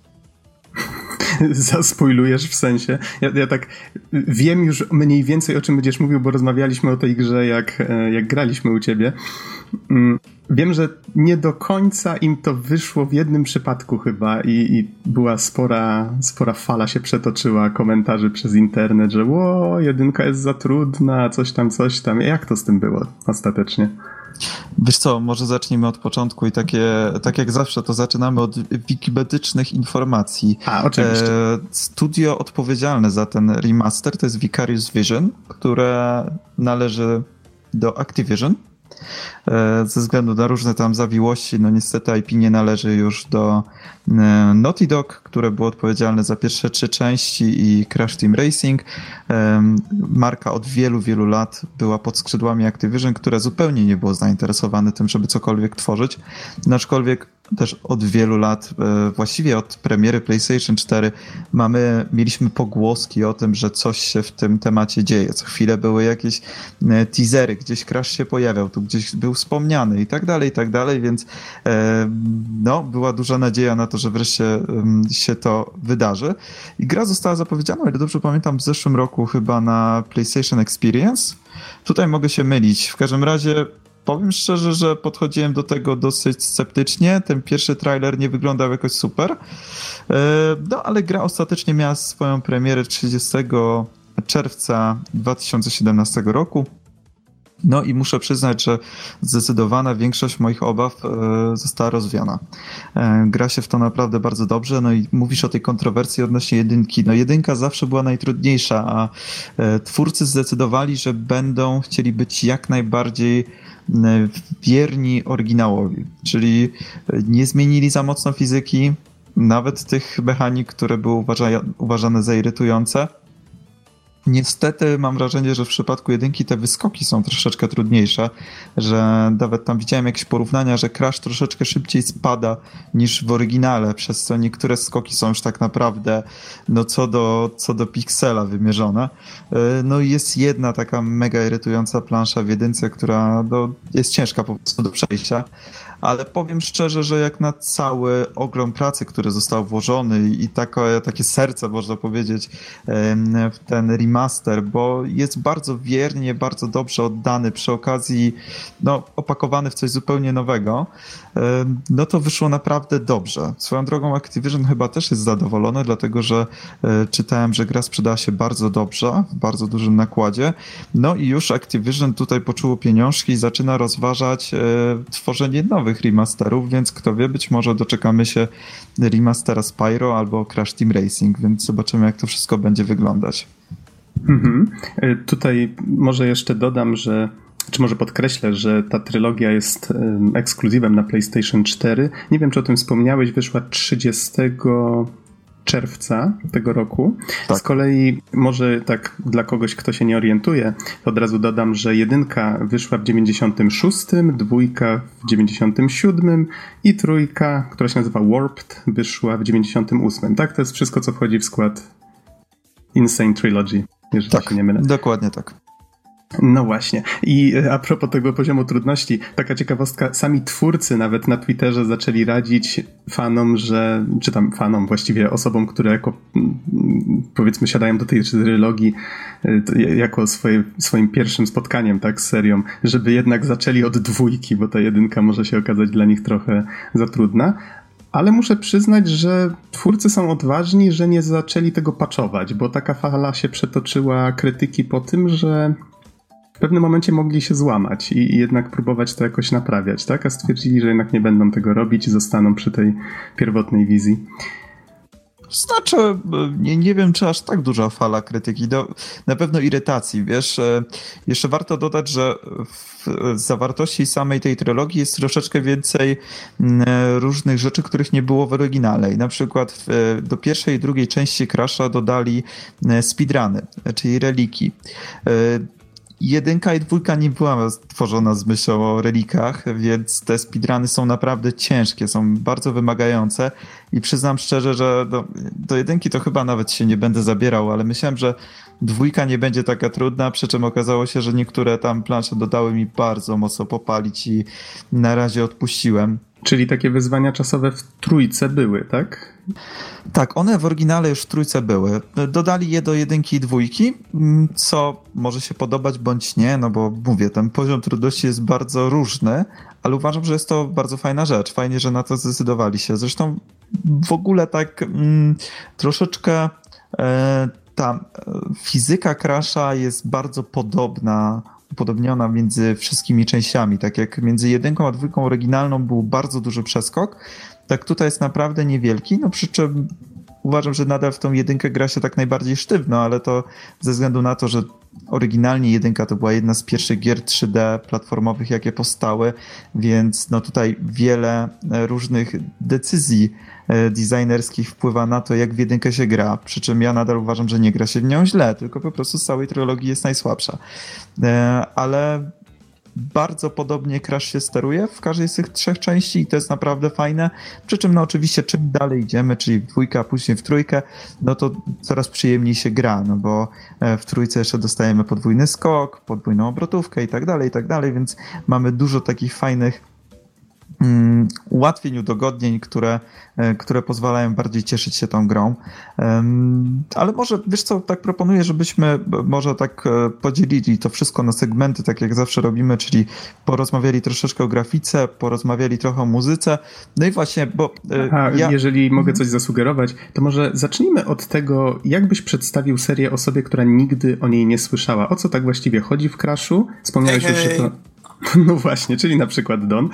Zaspoilujesz w sensie. Ja tak wiem już mniej więcej, o czym będziesz mówił, bo rozmawialiśmy o tej grze, jak graliśmy u ciebie. Wiem, że nie do końca im to wyszło w jednym przypadku chyba i była spora fala się przetoczyła komentarzy przez internet, że jedynka jest za trudna, coś tam. Jak to z tym było ostatecznie?
Wiesz co, może zacznijmy od początku i tak jak zawsze to zaczynamy od wikipedycznych informacji.
Oczywiście.
Studio odpowiedzialne za ten remaster to jest Vicarious Vision, które należy do Activision. Ze względu na różne tam zawiłości, no niestety IP nie należy już do Naughty Dog, które było odpowiedzialne za pierwsze 3 części i Crash Team Racing. Marka od wielu, wielu lat była pod skrzydłami Activision, które zupełnie nie było zainteresowane tym, żeby cokolwiek tworzyć. Aczkolwiek też od wielu lat, właściwie od premiery PlayStation 4 mieliśmy pogłoski o tym, że coś się w tym temacie dzieje. Co chwilę były jakieś teasery, gdzieś Crash się pojawiał, tu gdzieś był wspomniany i tak dalej, więc była duża nadzieja na to, że wreszcie się to wydarzy. I gra została zapowiedziana, o ile dobrze pamiętam, w zeszłym roku chyba na PlayStation Experience. Tutaj mogę się mylić. W każdym razie powiem szczerze, że podchodziłem do tego dosyć sceptycznie. Ten pierwszy trailer nie wyglądał jakoś super. Ale gra ostatecznie miała swoją premierę 30 czerwca 2017 roku. No i muszę przyznać, że zdecydowana większość moich obaw została rozwiana. Gra się w to naprawdę bardzo dobrze, no i mówisz o tej kontrowersji odnośnie jedynki. No jedynka zawsze była najtrudniejsza, a twórcy zdecydowali, że będą chcieli być jak najbardziej wierni oryginałowi, czyli nie zmienili za mocno fizyki, nawet tych mechanik, które były uważane za irytujące. Niestety mam wrażenie, że w przypadku jedynki te wyskoki są troszeczkę trudniejsze, że nawet tam widziałem jakieś porównania, że Crash troszeczkę szybciej spada niż w oryginale, przez co niektóre skoki są już tak naprawdę co do piksela wymierzone. No i jest jedna taka mega irytująca plansza w jedynce, która jest ciężka po prostu do przejścia. Ale powiem szczerze, że jak na cały ogrom pracy, który został włożony i takie serce, można powiedzieć, w ten remaster, bo jest bardzo wiernie, bardzo dobrze oddany, przy okazji opakowany w coś zupełnie nowego, no to wyszło naprawdę dobrze. Swoją drogą Activision chyba też jest zadowolony, dlatego że czytałem, że gra sprzedała się bardzo dobrze, w bardzo dużym nakładzie, no i już Activision tutaj poczuło pieniążki i zaczyna rozważać tworzenie nowych remasterów, więc kto wie, być może doczekamy się remastera Spyro albo Crash Team Racing, więc zobaczymy, jak to wszystko będzie wyglądać.
Tutaj może jeszcze dodam, czy może podkreślę, że ta trylogia jest ekskluzywem na PlayStation 4. Nie wiem, czy o tym wspomniałeś, wyszła 30 czerwca tego roku.
Tak.
Z kolei może tak dla kogoś, kto się nie orientuje, to od razu dodam, że jedynka wyszła w 96, dwójka w 97 i trójka, która się nazywa Warped, wyszła w 98. Tak, to jest wszystko, co wchodzi w skład Insane Trilogy, jeżeli się nie mylę.
Dokładnie tak.
No właśnie. I a propos tego poziomu trudności, taka ciekawostka, sami twórcy nawet na Twitterze zaczęli radzić fanom, właściwie osobom, które jako powiedzmy siadają do tej trylogii jako swoim pierwszym spotkaniem, tak, z serią, żeby jednak zaczęli od dwójki, bo ta jedynka może się okazać dla nich trochę za trudna. Ale muszę przyznać, że twórcy są odważni, że nie zaczęli tego patchować, bo taka fala się przetoczyła krytyki po tym, że w pewnym momencie mogli się złamać i jednak próbować to jakoś naprawiać, tak? A stwierdzili, że jednak nie będą tego robić i zostaną przy tej pierwotnej wizji.
Znaczy, nie wiem, czy aż tak duża fala krytyki, na pewno irytacji, wiesz. Jeszcze warto dodać, że w zawartości samej tej trylogii jest troszeczkę więcej różnych rzeczy, których nie było w oryginale. I na przykład do pierwszej i drugiej części Crash'a dodali speedruny, czyli reliki. 1 i 2 nie była stworzona z myślą o relikach, więc te speedruny są naprawdę ciężkie, są bardzo wymagające i przyznam szczerze, że do 1 to chyba nawet się nie będę zabierał, ale myślałem, że 2 nie będzie taka trudna, przy czym okazało się, że niektóre tam plansze dodały mi bardzo mocno popalić i na razie odpuściłem.
Czyli takie wyzwania czasowe w 3 były, tak?
Tak, one w oryginale już w 3 były. Dodali je do 1 i 2, co może się podobać bądź nie, no bo mówię, ten poziom trudności jest bardzo różny, ale uważam, że jest to bardzo fajna rzecz. Fajnie, że na to zdecydowali się. Zresztą w ogóle tak troszeczkę ta fizyka Crash'a jest bardzo upodobniona między wszystkimi częściami. Tak jak między 1 a 2 oryginalną był bardzo duży przeskok, tak tutaj jest naprawdę niewielki, no przy czym uważam, że nadal w tą 1 gra się tak najbardziej sztywno, ale to ze względu na to, że oryginalnie 1 to była jedna z pierwszych gier 3D platformowych, jakie powstały, więc no tutaj wiele różnych decyzji designerskich wpływa na to, jak w 1 się gra, przy czym ja nadal uważam, że nie gra się w nią źle, tylko po prostu z całej trylogii jest najsłabsza. Ale bardzo podobnie Crash się steruje w każdej z tych 3 części i to jest naprawdę fajne. Przy czym no oczywiście czym dalej idziemy, czyli w 2, a później w 3, no to coraz przyjemniej się gra, no bo w 3 jeszcze dostajemy podwójny skok, podwójną obrotówkę i tak dalej, więc mamy dużo takich fajnych ułatwień, udogodnień, które pozwalają bardziej cieszyć się tą grą. Ale może, wiesz co, tak proponuję, żebyśmy może tak podzielili to wszystko na segmenty, tak jak zawsze robimy, czyli porozmawiali troszeczkę o grafice, porozmawiali trochę o muzyce, no i właśnie, bo
jeżeli mogę coś zasugerować, to może zacznijmy od tego, jak byś przedstawił serię osobie, która nigdy o niej nie słyszała. O co tak właściwie chodzi w Crashu? Wspomniałeś już, że to... No właśnie, czyli na przykład Don.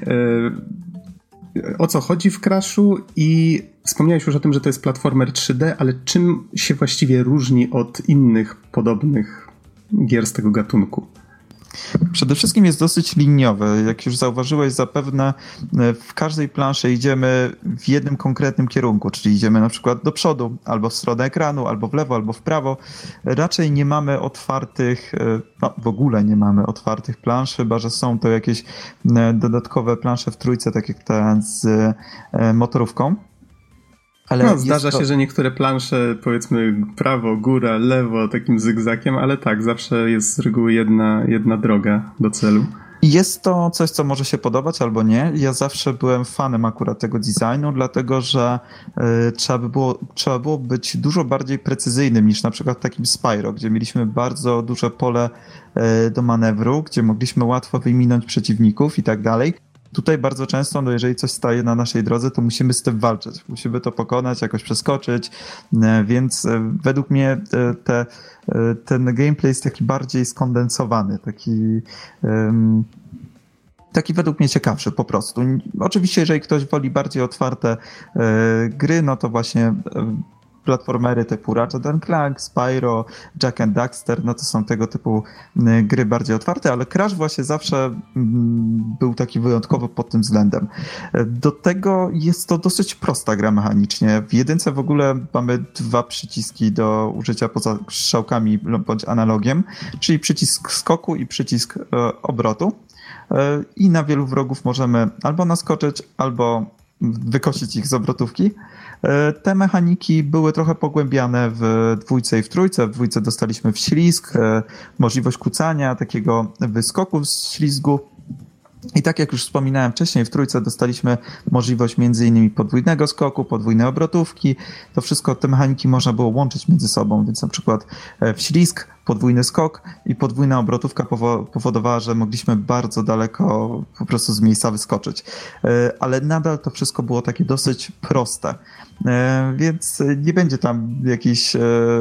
O co chodzi w Crashu i wspomniałeś już o tym, że to jest platformer 3D, ale czym się właściwie różni od innych podobnych gier z tego gatunku?
Przede wszystkim jest dosyć liniowy. Jak już zauważyłeś, zapewne w każdej planszy idziemy w jednym konkretnym kierunku, czyli idziemy na przykład do przodu, albo w stronę ekranu, albo w lewo, albo w prawo. Raczej nie mamy otwartych, w ogóle nie mamy otwartych plansz, chyba że są to jakieś dodatkowe plansze w 3, tak jak te z motorówką.
Ale zdarza się, że niektóre plansze, powiedzmy prawo, góra, lewo, takim zygzakiem, ale tak, zawsze jest z reguły jedna droga do celu.
Jest to coś, co może się podobać albo nie. Ja zawsze byłem fanem akurat tego designu, dlatego że trzeba było być dużo bardziej precyzyjnym niż na przykład takim Spyro, gdzie mieliśmy bardzo duże pole do manewru, gdzie mogliśmy łatwo wyminąć przeciwników i tak dalej. Tutaj bardzo często, no jeżeli coś staje na naszej drodze, to musimy z tym walczyć. Musimy to pokonać, jakoś przeskoczyć, więc według mnie ten gameplay jest taki bardziej skondensowany, taki według mnie ciekawszy po prostu. Oczywiście, jeżeli ktoś woli bardziej otwarte gry, no to właśnie platformery typu Ratchet & Clank, Spyro, Jak and Daxter, no to są tego typu gry bardziej otwarte, ale Crash właśnie zawsze był taki wyjątkowy pod tym względem. Do tego jest to dosyć prosta gra mechanicznie. W 1 w ogóle mamy 2 przyciski do użycia poza strzałkami bądź analogiem, czyli przycisk skoku i przycisk obrotu. I na wielu wrogów możemy albo naskoczyć, albo wykosić ich z obrotówki. Te mechaniki były trochę pogłębiane w 2 i w 3. W 2 dostaliśmy wślizg, możliwość kucania, takiego wyskoku z ślizgu. I tak jak już wspominałem wcześniej, w trójce dostaliśmy możliwość m.in. podwójnego skoku, podwójnej obrotówki. To wszystko, te mechaniki można było łączyć między sobą, więc na przykład wślizg, podwójny skok i podwójna obrotówka powodowała, że mogliśmy bardzo daleko po prostu z miejsca wyskoczyć. Ale nadal to wszystko było takie dosyć proste, więc nie będzie tam jakichś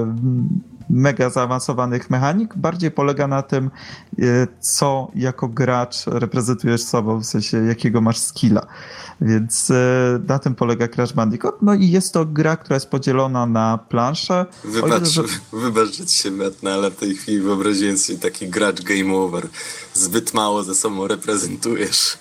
mega zaawansowanych mechanik, bardziej polega na tym, co jako gracz reprezentujesz sobą, w sensie jakiego masz skilla. Więc na tym polega Crash Bandicoot. No i jest to gra, która jest podzielona na planszę.
Wybacz, że ci się metnę, ale w tej chwili wyobraziłem sobie taki gracz game over. Zbyt mało ze sobą reprezentujesz.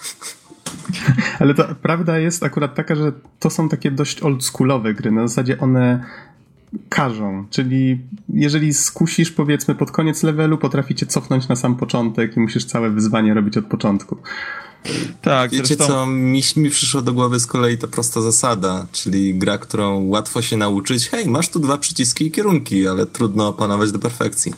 Ale to prawda jest akurat taka, że to są takie dość oldschoolowe gry. Na zasadzie one każą, czyli jeżeli skusisz, powiedzmy, pod koniec levelu, potraficie cofnąć na sam początek i musisz całe wyzwanie robić od początku.
Tak, wiecie co, mi przyszło do głowy z kolei ta prosta zasada, czyli gra, którą łatwo się nauczyć. Hej, masz tu 2 przyciski i kierunki, ale trudno opanować do perfekcji.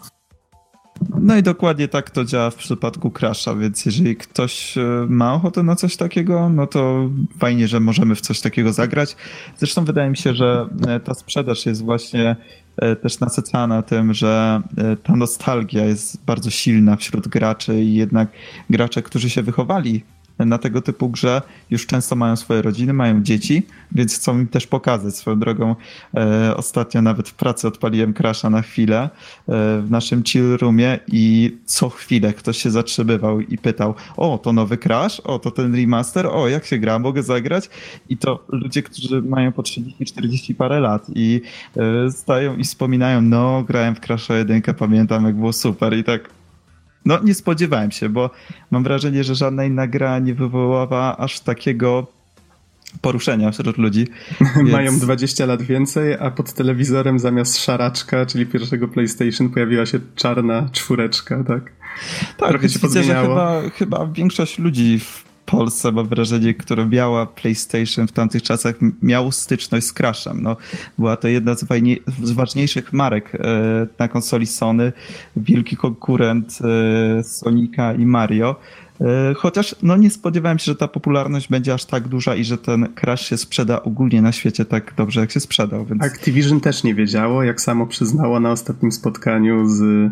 No i dokładnie tak to działa w przypadku Crasha, więc jeżeli ktoś ma ochotę na coś takiego, no to fajnie, że możemy w coś takiego zagrać. Zresztą wydaje mi się, że ta sprzedaż jest właśnie też nasycana tym, że ta nostalgia jest bardzo silna wśród graczy i jednak gracze, którzy się wychowali na tego typu grze, już często mają swoje rodziny, mają dzieci, więc chcą im też pokazać. Swoją drogą ostatnio nawet w pracy odpaliłem Crasha na chwilę w naszym chill roomie i co chwilę ktoś się zatrzymywał i pytał: o, to nowy Crash? O, to ten remaster? O, jak się gra? Mogę zagrać? I to ludzie, którzy mają po 30-40 parę lat i stają i wspominają: no, grałem w Crasha 1, pamiętam jak było super i tak. No, nie spodziewałem się, bo mam wrażenie, że żadna inna gra nie wywołała aż takiego poruszenia wśród ludzi. Więc...
Mają 20 lat więcej, a pod telewizorem zamiast szaraczka, czyli pierwszego PlayStation, pojawiła się czarna czwóreczka, tak?
Tak, trochę się widzę, że chyba większość ludzi w Polsce, mam wrażenie, która miała PlayStation w tamtych czasach, miał styczność z Crashem. No, była to jedna z ważniejszych marek na konsoli Sony, wielki konkurent Sonika i Mario. Chociaż no, nie spodziewałem się, że ta popularność będzie aż tak duża i że ten Crash się sprzeda ogólnie na świecie tak dobrze, jak się sprzedał. Więc...
Activision też nie wiedziało, jak samo przyznało na ostatnim spotkaniu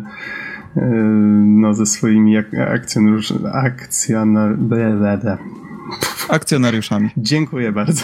ze swoimi
akcjonariuszami.
Dziękuję bardzo.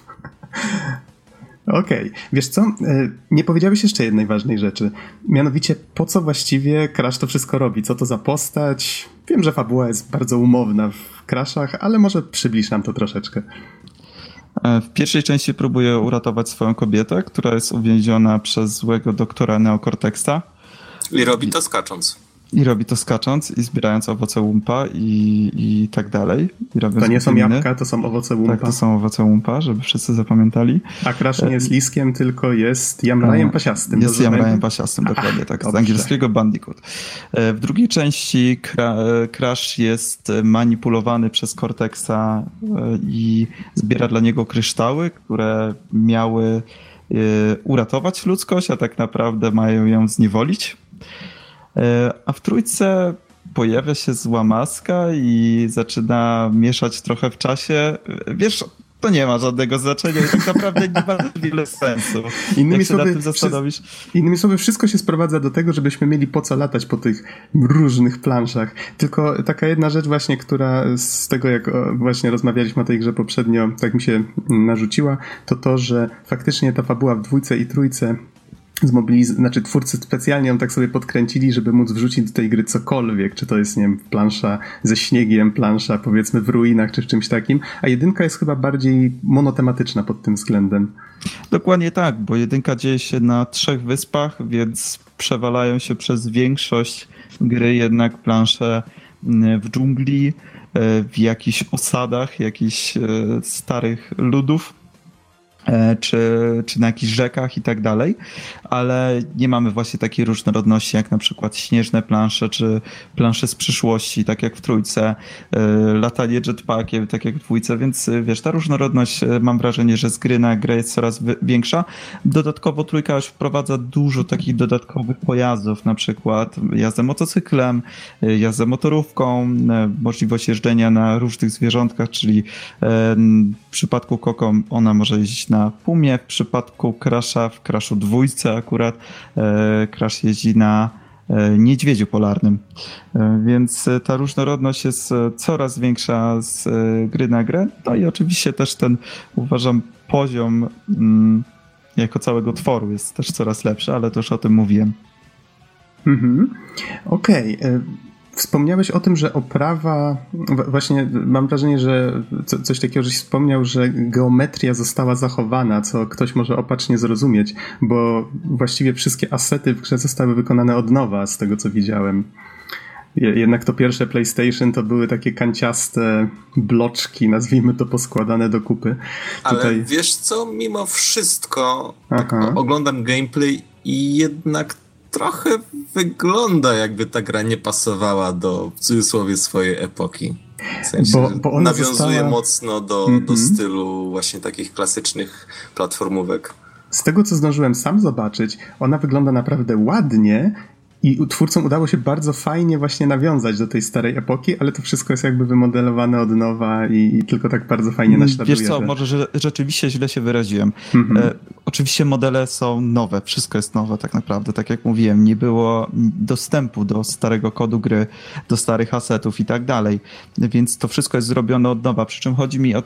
Okej. Wiesz co? Nie powiedziałeś jeszcze jednej ważnej rzeczy. Mianowicie, po co właściwie Crash to wszystko robi? Co to za postać? Wiem, że fabuła jest bardzo umowna w Crashach, ale może przybliż nam to troszeczkę.
W pierwszej części próbuje uratować swoją kobietę, która jest uwięziona przez złego doktora Neocortexa.
I robi to skacząc.
I robi to skacząc i zbierając owoce łumpa i tak dalej. I
to nie są jabłka, to są owoce łumpa.
Tak, to są owoce łumpa, żeby wszyscy zapamiętali.
A Crash nie jest liskiem, tylko jest jamrajem pasiastym.
Jest jamrajem pasiastym, dokładnie tak. Z angielskiego Bandicoot. W drugiej części Crash jest manipulowany przez Cortexa i zbiera dla niego kryształy, które miały uratować ludzkość, a tak naprawdę mają ją zniewolić. A w trójce pojawia się zła maska i zaczyna mieszać trochę w czasie. Wiesz, to nie ma żadnego znaczenia i tak naprawdę nie ma wiele sensu.
Innymi słowy, wszystko się sprowadza do tego, żebyśmy mieli po co latać po tych różnych planszach. Tylko taka jedna rzecz właśnie, która z tego, jak właśnie rozmawialiśmy o tej grze poprzednio, tak mi się narzuciła, to, że faktycznie ta fabuła w dwójce i trójce twórcy specjalnie ją tak sobie podkręcili, żeby móc wrzucić do tej gry cokolwiek, czy to jest, nie wiem, plansza ze śniegiem, plansza powiedzmy w ruinach, czy w czymś takim, a jedynka jest chyba bardziej monotematyczna pod tym względem.
Dokładnie tak, bo jedynka dzieje się na 3 wyspach, więc przewalają się przez większość gry jednak plansze w dżungli, w jakichś osadach, jakichś starych ludów. czy na jakichś rzekach i tak dalej, ale nie mamy właśnie takiej różnorodności jak na przykład śnieżne plansze, czy plansze z przyszłości, tak jak w trójce, latanie jetpackiem, tak jak w dwójce, więc wiesz, ta różnorodność, mam wrażenie, że z gry na grę jest coraz większa. Dodatkowo trójka już wprowadza dużo takich dodatkowych pojazdów, na przykład jazdę motocyklem, jazdę motorówką, możliwość jeżdżenia na różnych zwierzątkach, czyli w przypadku Coco ona może jeździć na Pumie, w przypadku Crasha, w Crashu dwójce akurat, Crash jeździ na niedźwiedziu polarnym. Więc ta różnorodność jest coraz większa z gry na grę. No i oczywiście też ten, uważam, poziom jako całego tworu jest też coraz lepszy, ale to już o tym mówiłem.
Okej. Wspomniałeś o tym, że oprawa, właśnie mam wrażenie, że coś takiego, żeś wspomniał, że geometria została zachowana, co ktoś może opacznie zrozumieć, bo właściwie wszystkie asety w grze zostały wykonane od nowa, z tego co widziałem. Jednak to pierwsze PlayStation to były takie kanciaste bloczki, nazwijmy to, poskładane do kupy.
Ale
Tutaj...
wiesz co, mimo wszystko tak oglądam gameplay i jednak trochę wygląda, jakby ta gra nie pasowała do, w cudzysłowie, swojej epoki. W sensie, bo ona nawiązuje mocno do stylu właśnie takich klasycznych platformówek.
Z tego, co zdążyłem sam zobaczyć, ona wygląda naprawdę ładnie i twórcom udało się bardzo fajnie właśnie nawiązać do tej starej epoki, ale to wszystko jest jakby wymodelowane od nowa i tylko tak bardzo fajnie naśladuje.
Wiesz co, może rzeczywiście źle się wyraziłem. Oczywiście modele są nowe, wszystko jest nowe tak naprawdę. Tak jak mówiłem, nie było dostępu do starego kodu gry, do starych asetów i tak dalej. Więc to wszystko jest zrobione od nowa. Przy czym chodzi mi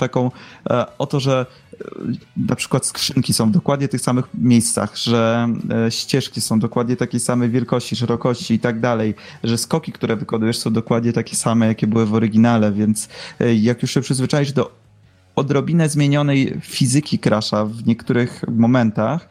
o to, że na przykład skrzynki są w dokładnie tych samych miejscach, że ścieżki są dokładnie takiej samej wielkości, szerokości i tak dalej, że skoki, które wykonujesz, są dokładnie takie same, jakie były w oryginale, więc jak już się przyzwyczaisz do odrobinę zmienionej fizyki Crasha w niektórych momentach,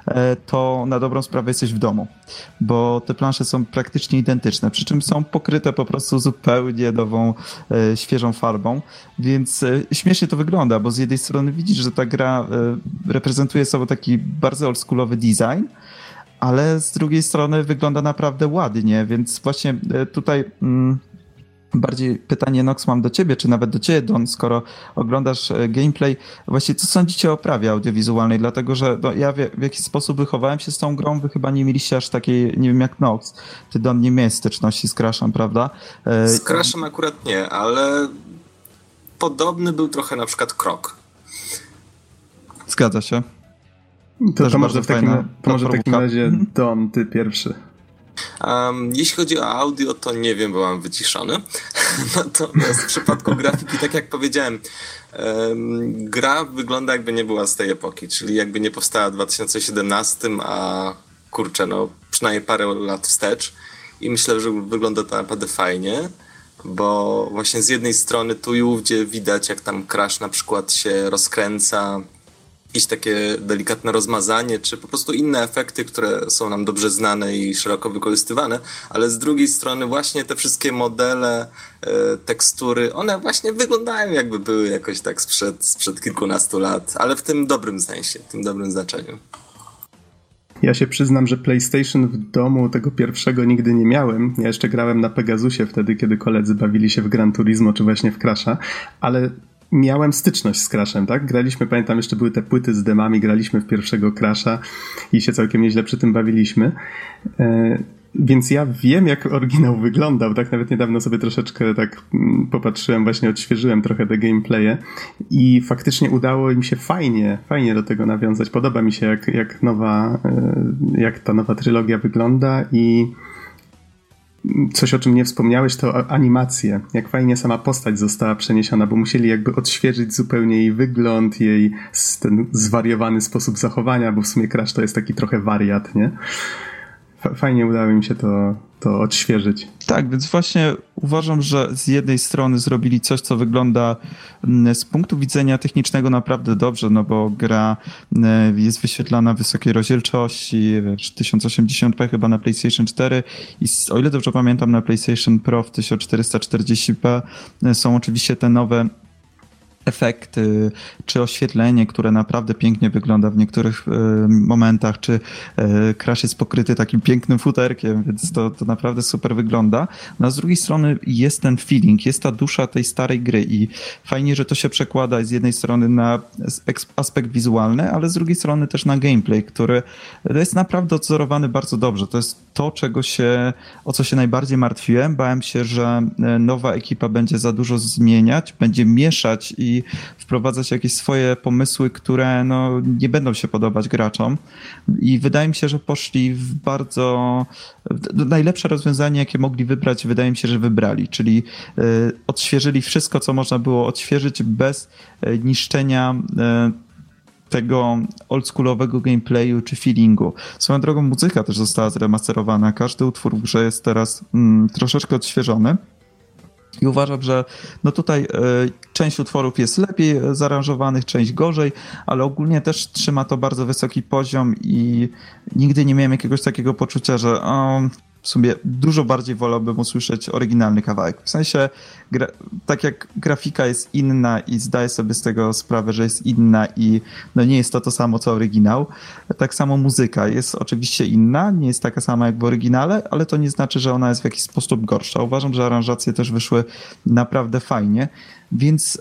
to na dobrą sprawę jesteś w domu, bo te plansze są praktycznie identyczne, przy czym są pokryte po prostu zupełnie nową, świeżą farbą, więc śmiesznie to wygląda, bo z jednej strony widzisz, że ta gra reprezentuje sobą taki bardzo oldschoolowy design, ale z drugiej strony wygląda naprawdę ładnie, więc właśnie tutaj bardziej pytanie, Nox, mam do ciebie, czy nawet do ciebie, Don, skoro oglądasz gameplay. Właściwie co sądzicie o oprawie audiowizualnej? Dlatego, że ja w jakiś sposób wychowałem się z tą grą, wy chyba nie mieliście aż takiej, nie wiem jak Nox. Ty, Don, nie miałeś styczności z Crashem, prawda?
Z Crashem akurat nie, ale podobny był trochę na przykład Krok.
Zgadza się.
To może w takim razie Don, ty pierwszy.
Jeśli chodzi o audio, to nie wiem, bo mam wyciszony. Natomiast w przypadku grafiki, tak jak powiedziałem, gra wygląda jakby nie była z tej epoki, czyli jakby nie powstała w 2017, a kurczę, przynajmniej parę lat wstecz i myślę, że wygląda to naprawdę fajnie, bo właśnie z jednej strony tu i ówdzie widać, jak tam Crash na przykład się rozkręca, jakieś takie delikatne rozmazanie, czy po prostu inne efekty, które są nam dobrze znane i szeroko wykorzystywane, ale z drugiej strony właśnie te wszystkie modele, tekstury, one właśnie wyglądają jakby były jakoś tak sprzed kilkunastu lat, ale w tym dobrym sensie, w tym dobrym znaczeniu.
Ja się przyznam, że PlayStation w domu tego pierwszego nigdy nie miałem. Ja jeszcze grałem na Pegasusie wtedy, kiedy koledzy bawili się w Gran Turismo, czy właśnie w Crasha, ale miałem styczność z Crashem, tak? Graliśmy, pamiętam, jeszcze były te płyty z demami, graliśmy w pierwszego Crasha i się całkiem nieźle przy tym bawiliśmy. Więc ja wiem, jak oryginał wyglądał, tak? Nawet niedawno sobie troszeczkę tak popatrzyłem, właśnie odświeżyłem trochę te gameplaye i faktycznie udało im się fajnie do tego nawiązać. Podoba mi się, jak ta nowa trylogia wygląda i coś, o czym nie wspomniałeś, to animacje. Jak fajnie sama postać została przeniesiona, bo musieli jakby odświeżyć zupełnie jej wygląd, jej ten zwariowany sposób zachowania, bo w sumie Crash to jest taki trochę wariat, nie? Fajnie udało im się to odświeżyć.
Tak, więc właśnie uważam, że z jednej strony zrobili coś, co wygląda z punktu widzenia technicznego naprawdę dobrze, no bo gra jest wyświetlana w wysokiej rozdzielczości, 1080p chyba na PlayStation 4 i o ile dobrze pamiętam na PlayStation Pro w 1440p są oczywiście te nowe efekty, czy oświetlenie, które naprawdę pięknie wygląda w niektórych momentach, czy Crash jest pokryty takim pięknym futerkiem, więc to naprawdę super wygląda. No a z drugiej strony jest ten feeling, jest ta dusza tej starej gry i fajnie, że to się przekłada z jednej strony na aspekt wizualny, ale z drugiej strony też na gameplay, który jest naprawdę odzorowany bardzo dobrze. To jest to, o co się najbardziej martwiłem. Bałem się, że nowa ekipa będzie za dużo zmieniać, będzie mieszać i wprowadzać jakieś swoje pomysły, które no, nie będą się podobać graczom. I wydaje mi się, że poszli w bardzo... Najlepsze rozwiązanie, jakie mogli wybrać, wydaje mi się, że wybrali. Czyli odświeżyli wszystko, co można było odświeżyć bez niszczenia tego oldschoolowego gameplayu czy feelingu. Swoją drogą muzyka też została zremasterowana. Każdy utwór w grze jest teraz troszeczkę odświeżony. I uważam, że no tutaj część utworów jest lepiej zaaranżowanych, część gorzej, ale ogólnie też trzyma to bardzo wysoki poziom i nigdy nie miałem jakiegoś takiego poczucia, że w sumie dużo bardziej wolałbym usłyszeć oryginalny kawałek. W sensie, tak jak grafika jest inna i zdaję sobie z tego sprawę, że jest inna i no nie jest to samo, co oryginał, tak samo muzyka jest oczywiście inna, nie jest taka sama jak w oryginale, ale to nie znaczy, że ona jest w jakiś sposób gorsza. Uważam, że aranżacje też wyszły naprawdę fajnie, więc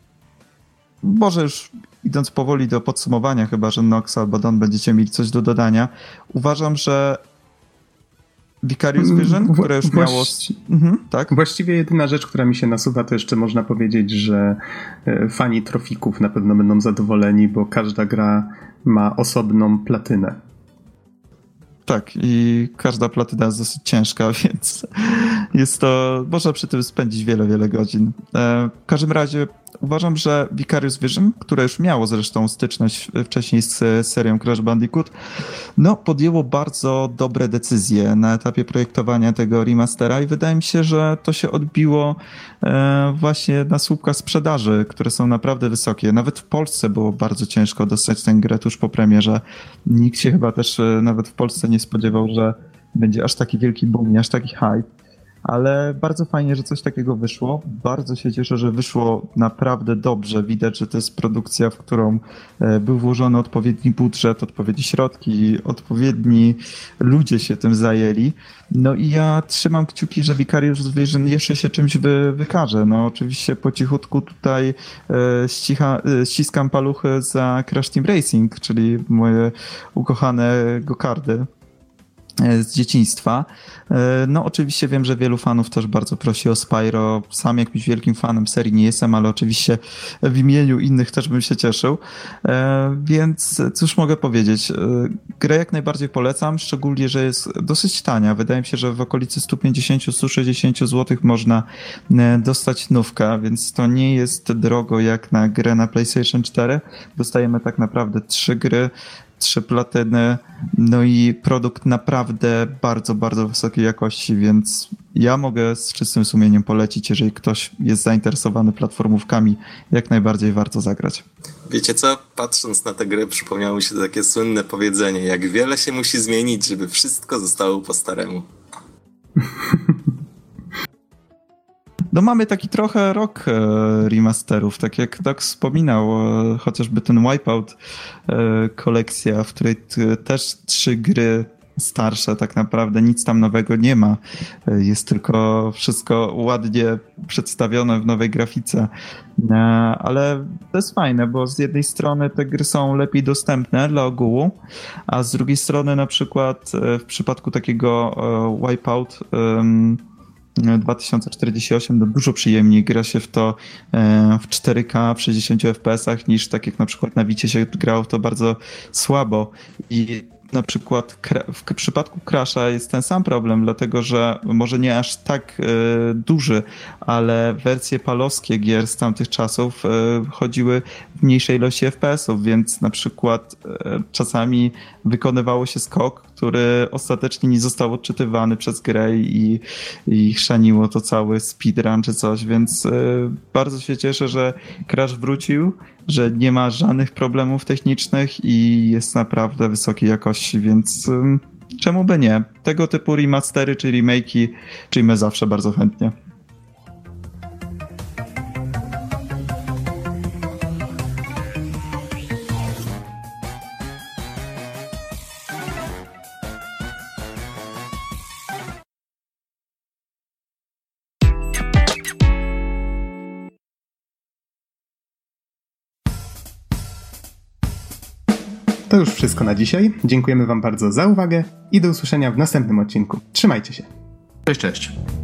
może już idąc powoli do podsumowania, chyba że Nox albo Don będziecie mieli coś do dodania, uważam, że Vicarious Vision, które już miało... tak?
Właściwie jedyna rzecz, która mi się nasuwa, to jeszcze można powiedzieć, że fani trofików na pewno będą zadowoleni, bo każda gra ma osobną platynę.
Tak, i każda platyna jest dosyć ciężka, więc jest to... Można przy tym spędzić wiele, wiele godzin. W każdym razie uważam, że Vicarious Vision, które już miało zresztą styczność wcześniej z serią Crash Bandicoot, no podjęło bardzo dobre decyzje na etapie projektowania tego remastera i wydaje mi się, że to się odbiło właśnie na słupkach sprzedaży, które są naprawdę wysokie. Nawet w Polsce było bardzo ciężko dostać tę grę tuż po premierze. Nikt się chyba też nawet w Polsce nie spodziewał, że będzie aż taki wielki boom i aż taki hype. Ale bardzo fajnie, że coś takiego wyszło. Bardzo się cieszę, że wyszło naprawdę dobrze. Widać, że to jest produkcja, w którą był włożony odpowiedni budżet, odpowiednie środki, odpowiedni ludzie się tym zajęli. No i ja trzymam kciuki, że Vicarious Vision jeszcze się czymś wykaże. No oczywiście po cichutku tutaj ściskam paluchy za Crash Team Racing, czyli moje ukochane go-kardy z dzieciństwa. No oczywiście wiem, że wielu fanów też bardzo prosi o Spyro. Sam jakimś wielkim fanem serii nie jestem, ale oczywiście w imieniu innych też bym się cieszył. Więc cóż mogę powiedzieć? Grę jak najbardziej polecam, szczególnie, że jest dosyć tania. Wydaje mi się, że w okolicy 150-160 zł można dostać nówkę, więc to nie jest drogo jak na grę na PlayStation 4. Dostajemy tak naprawdę 3 gry, 3 platyny, no i produkt naprawdę bardzo, bardzo wysokiej jakości, więc ja mogę z czystym sumieniem polecić, jeżeli ktoś jest zainteresowany platformówkami, jak najbardziej warto zagrać.
Wiecie co? Patrząc na tę grę przypomniało mi się takie słynne powiedzenie, jak wiele się musi zmienić, żeby wszystko zostało po staremu.
No mamy taki trochę rok remasterów, tak jak Doc wspominał, chociażby ten Wipeout kolekcja, w której też 3 gry starsze tak naprawdę, nic tam nowego nie ma. Jest tylko wszystko ładnie przedstawione w nowej grafice. Ale to jest fajne, bo z jednej strony te gry są lepiej dostępne dla ogółu, a z drugiej strony na przykład w przypadku takiego Wipeout 2048 no dużo przyjemniej gra się w to w 4K w 60 FPS-ach niż tak jak na przykład na Vicie się grało w to bardzo słabo i na przykład w przypadku Crasha jest ten sam problem, dlatego że może nie aż tak duży, ale wersje palowskie gier z tamtych czasów chodziły w mniejszej ilości FPS-ów, więc na przykład czasami wykonywało się skok, który ostatecznie nie został odczytywany przez grę i chrzaniło to cały speedrun czy coś, więc bardzo się cieszę, że Crash wrócił, że nie ma żadnych problemów technicznych i jest naprawdę wysokiej jakości, więc czemu by nie? Tego typu remastery czy remake'i przyjmę zawsze bardzo chętnie.
To już wszystko na dzisiaj. Dziękujemy wam bardzo za uwagę i do usłyszenia w następnym odcinku. Trzymajcie się.
Cześć, cześć.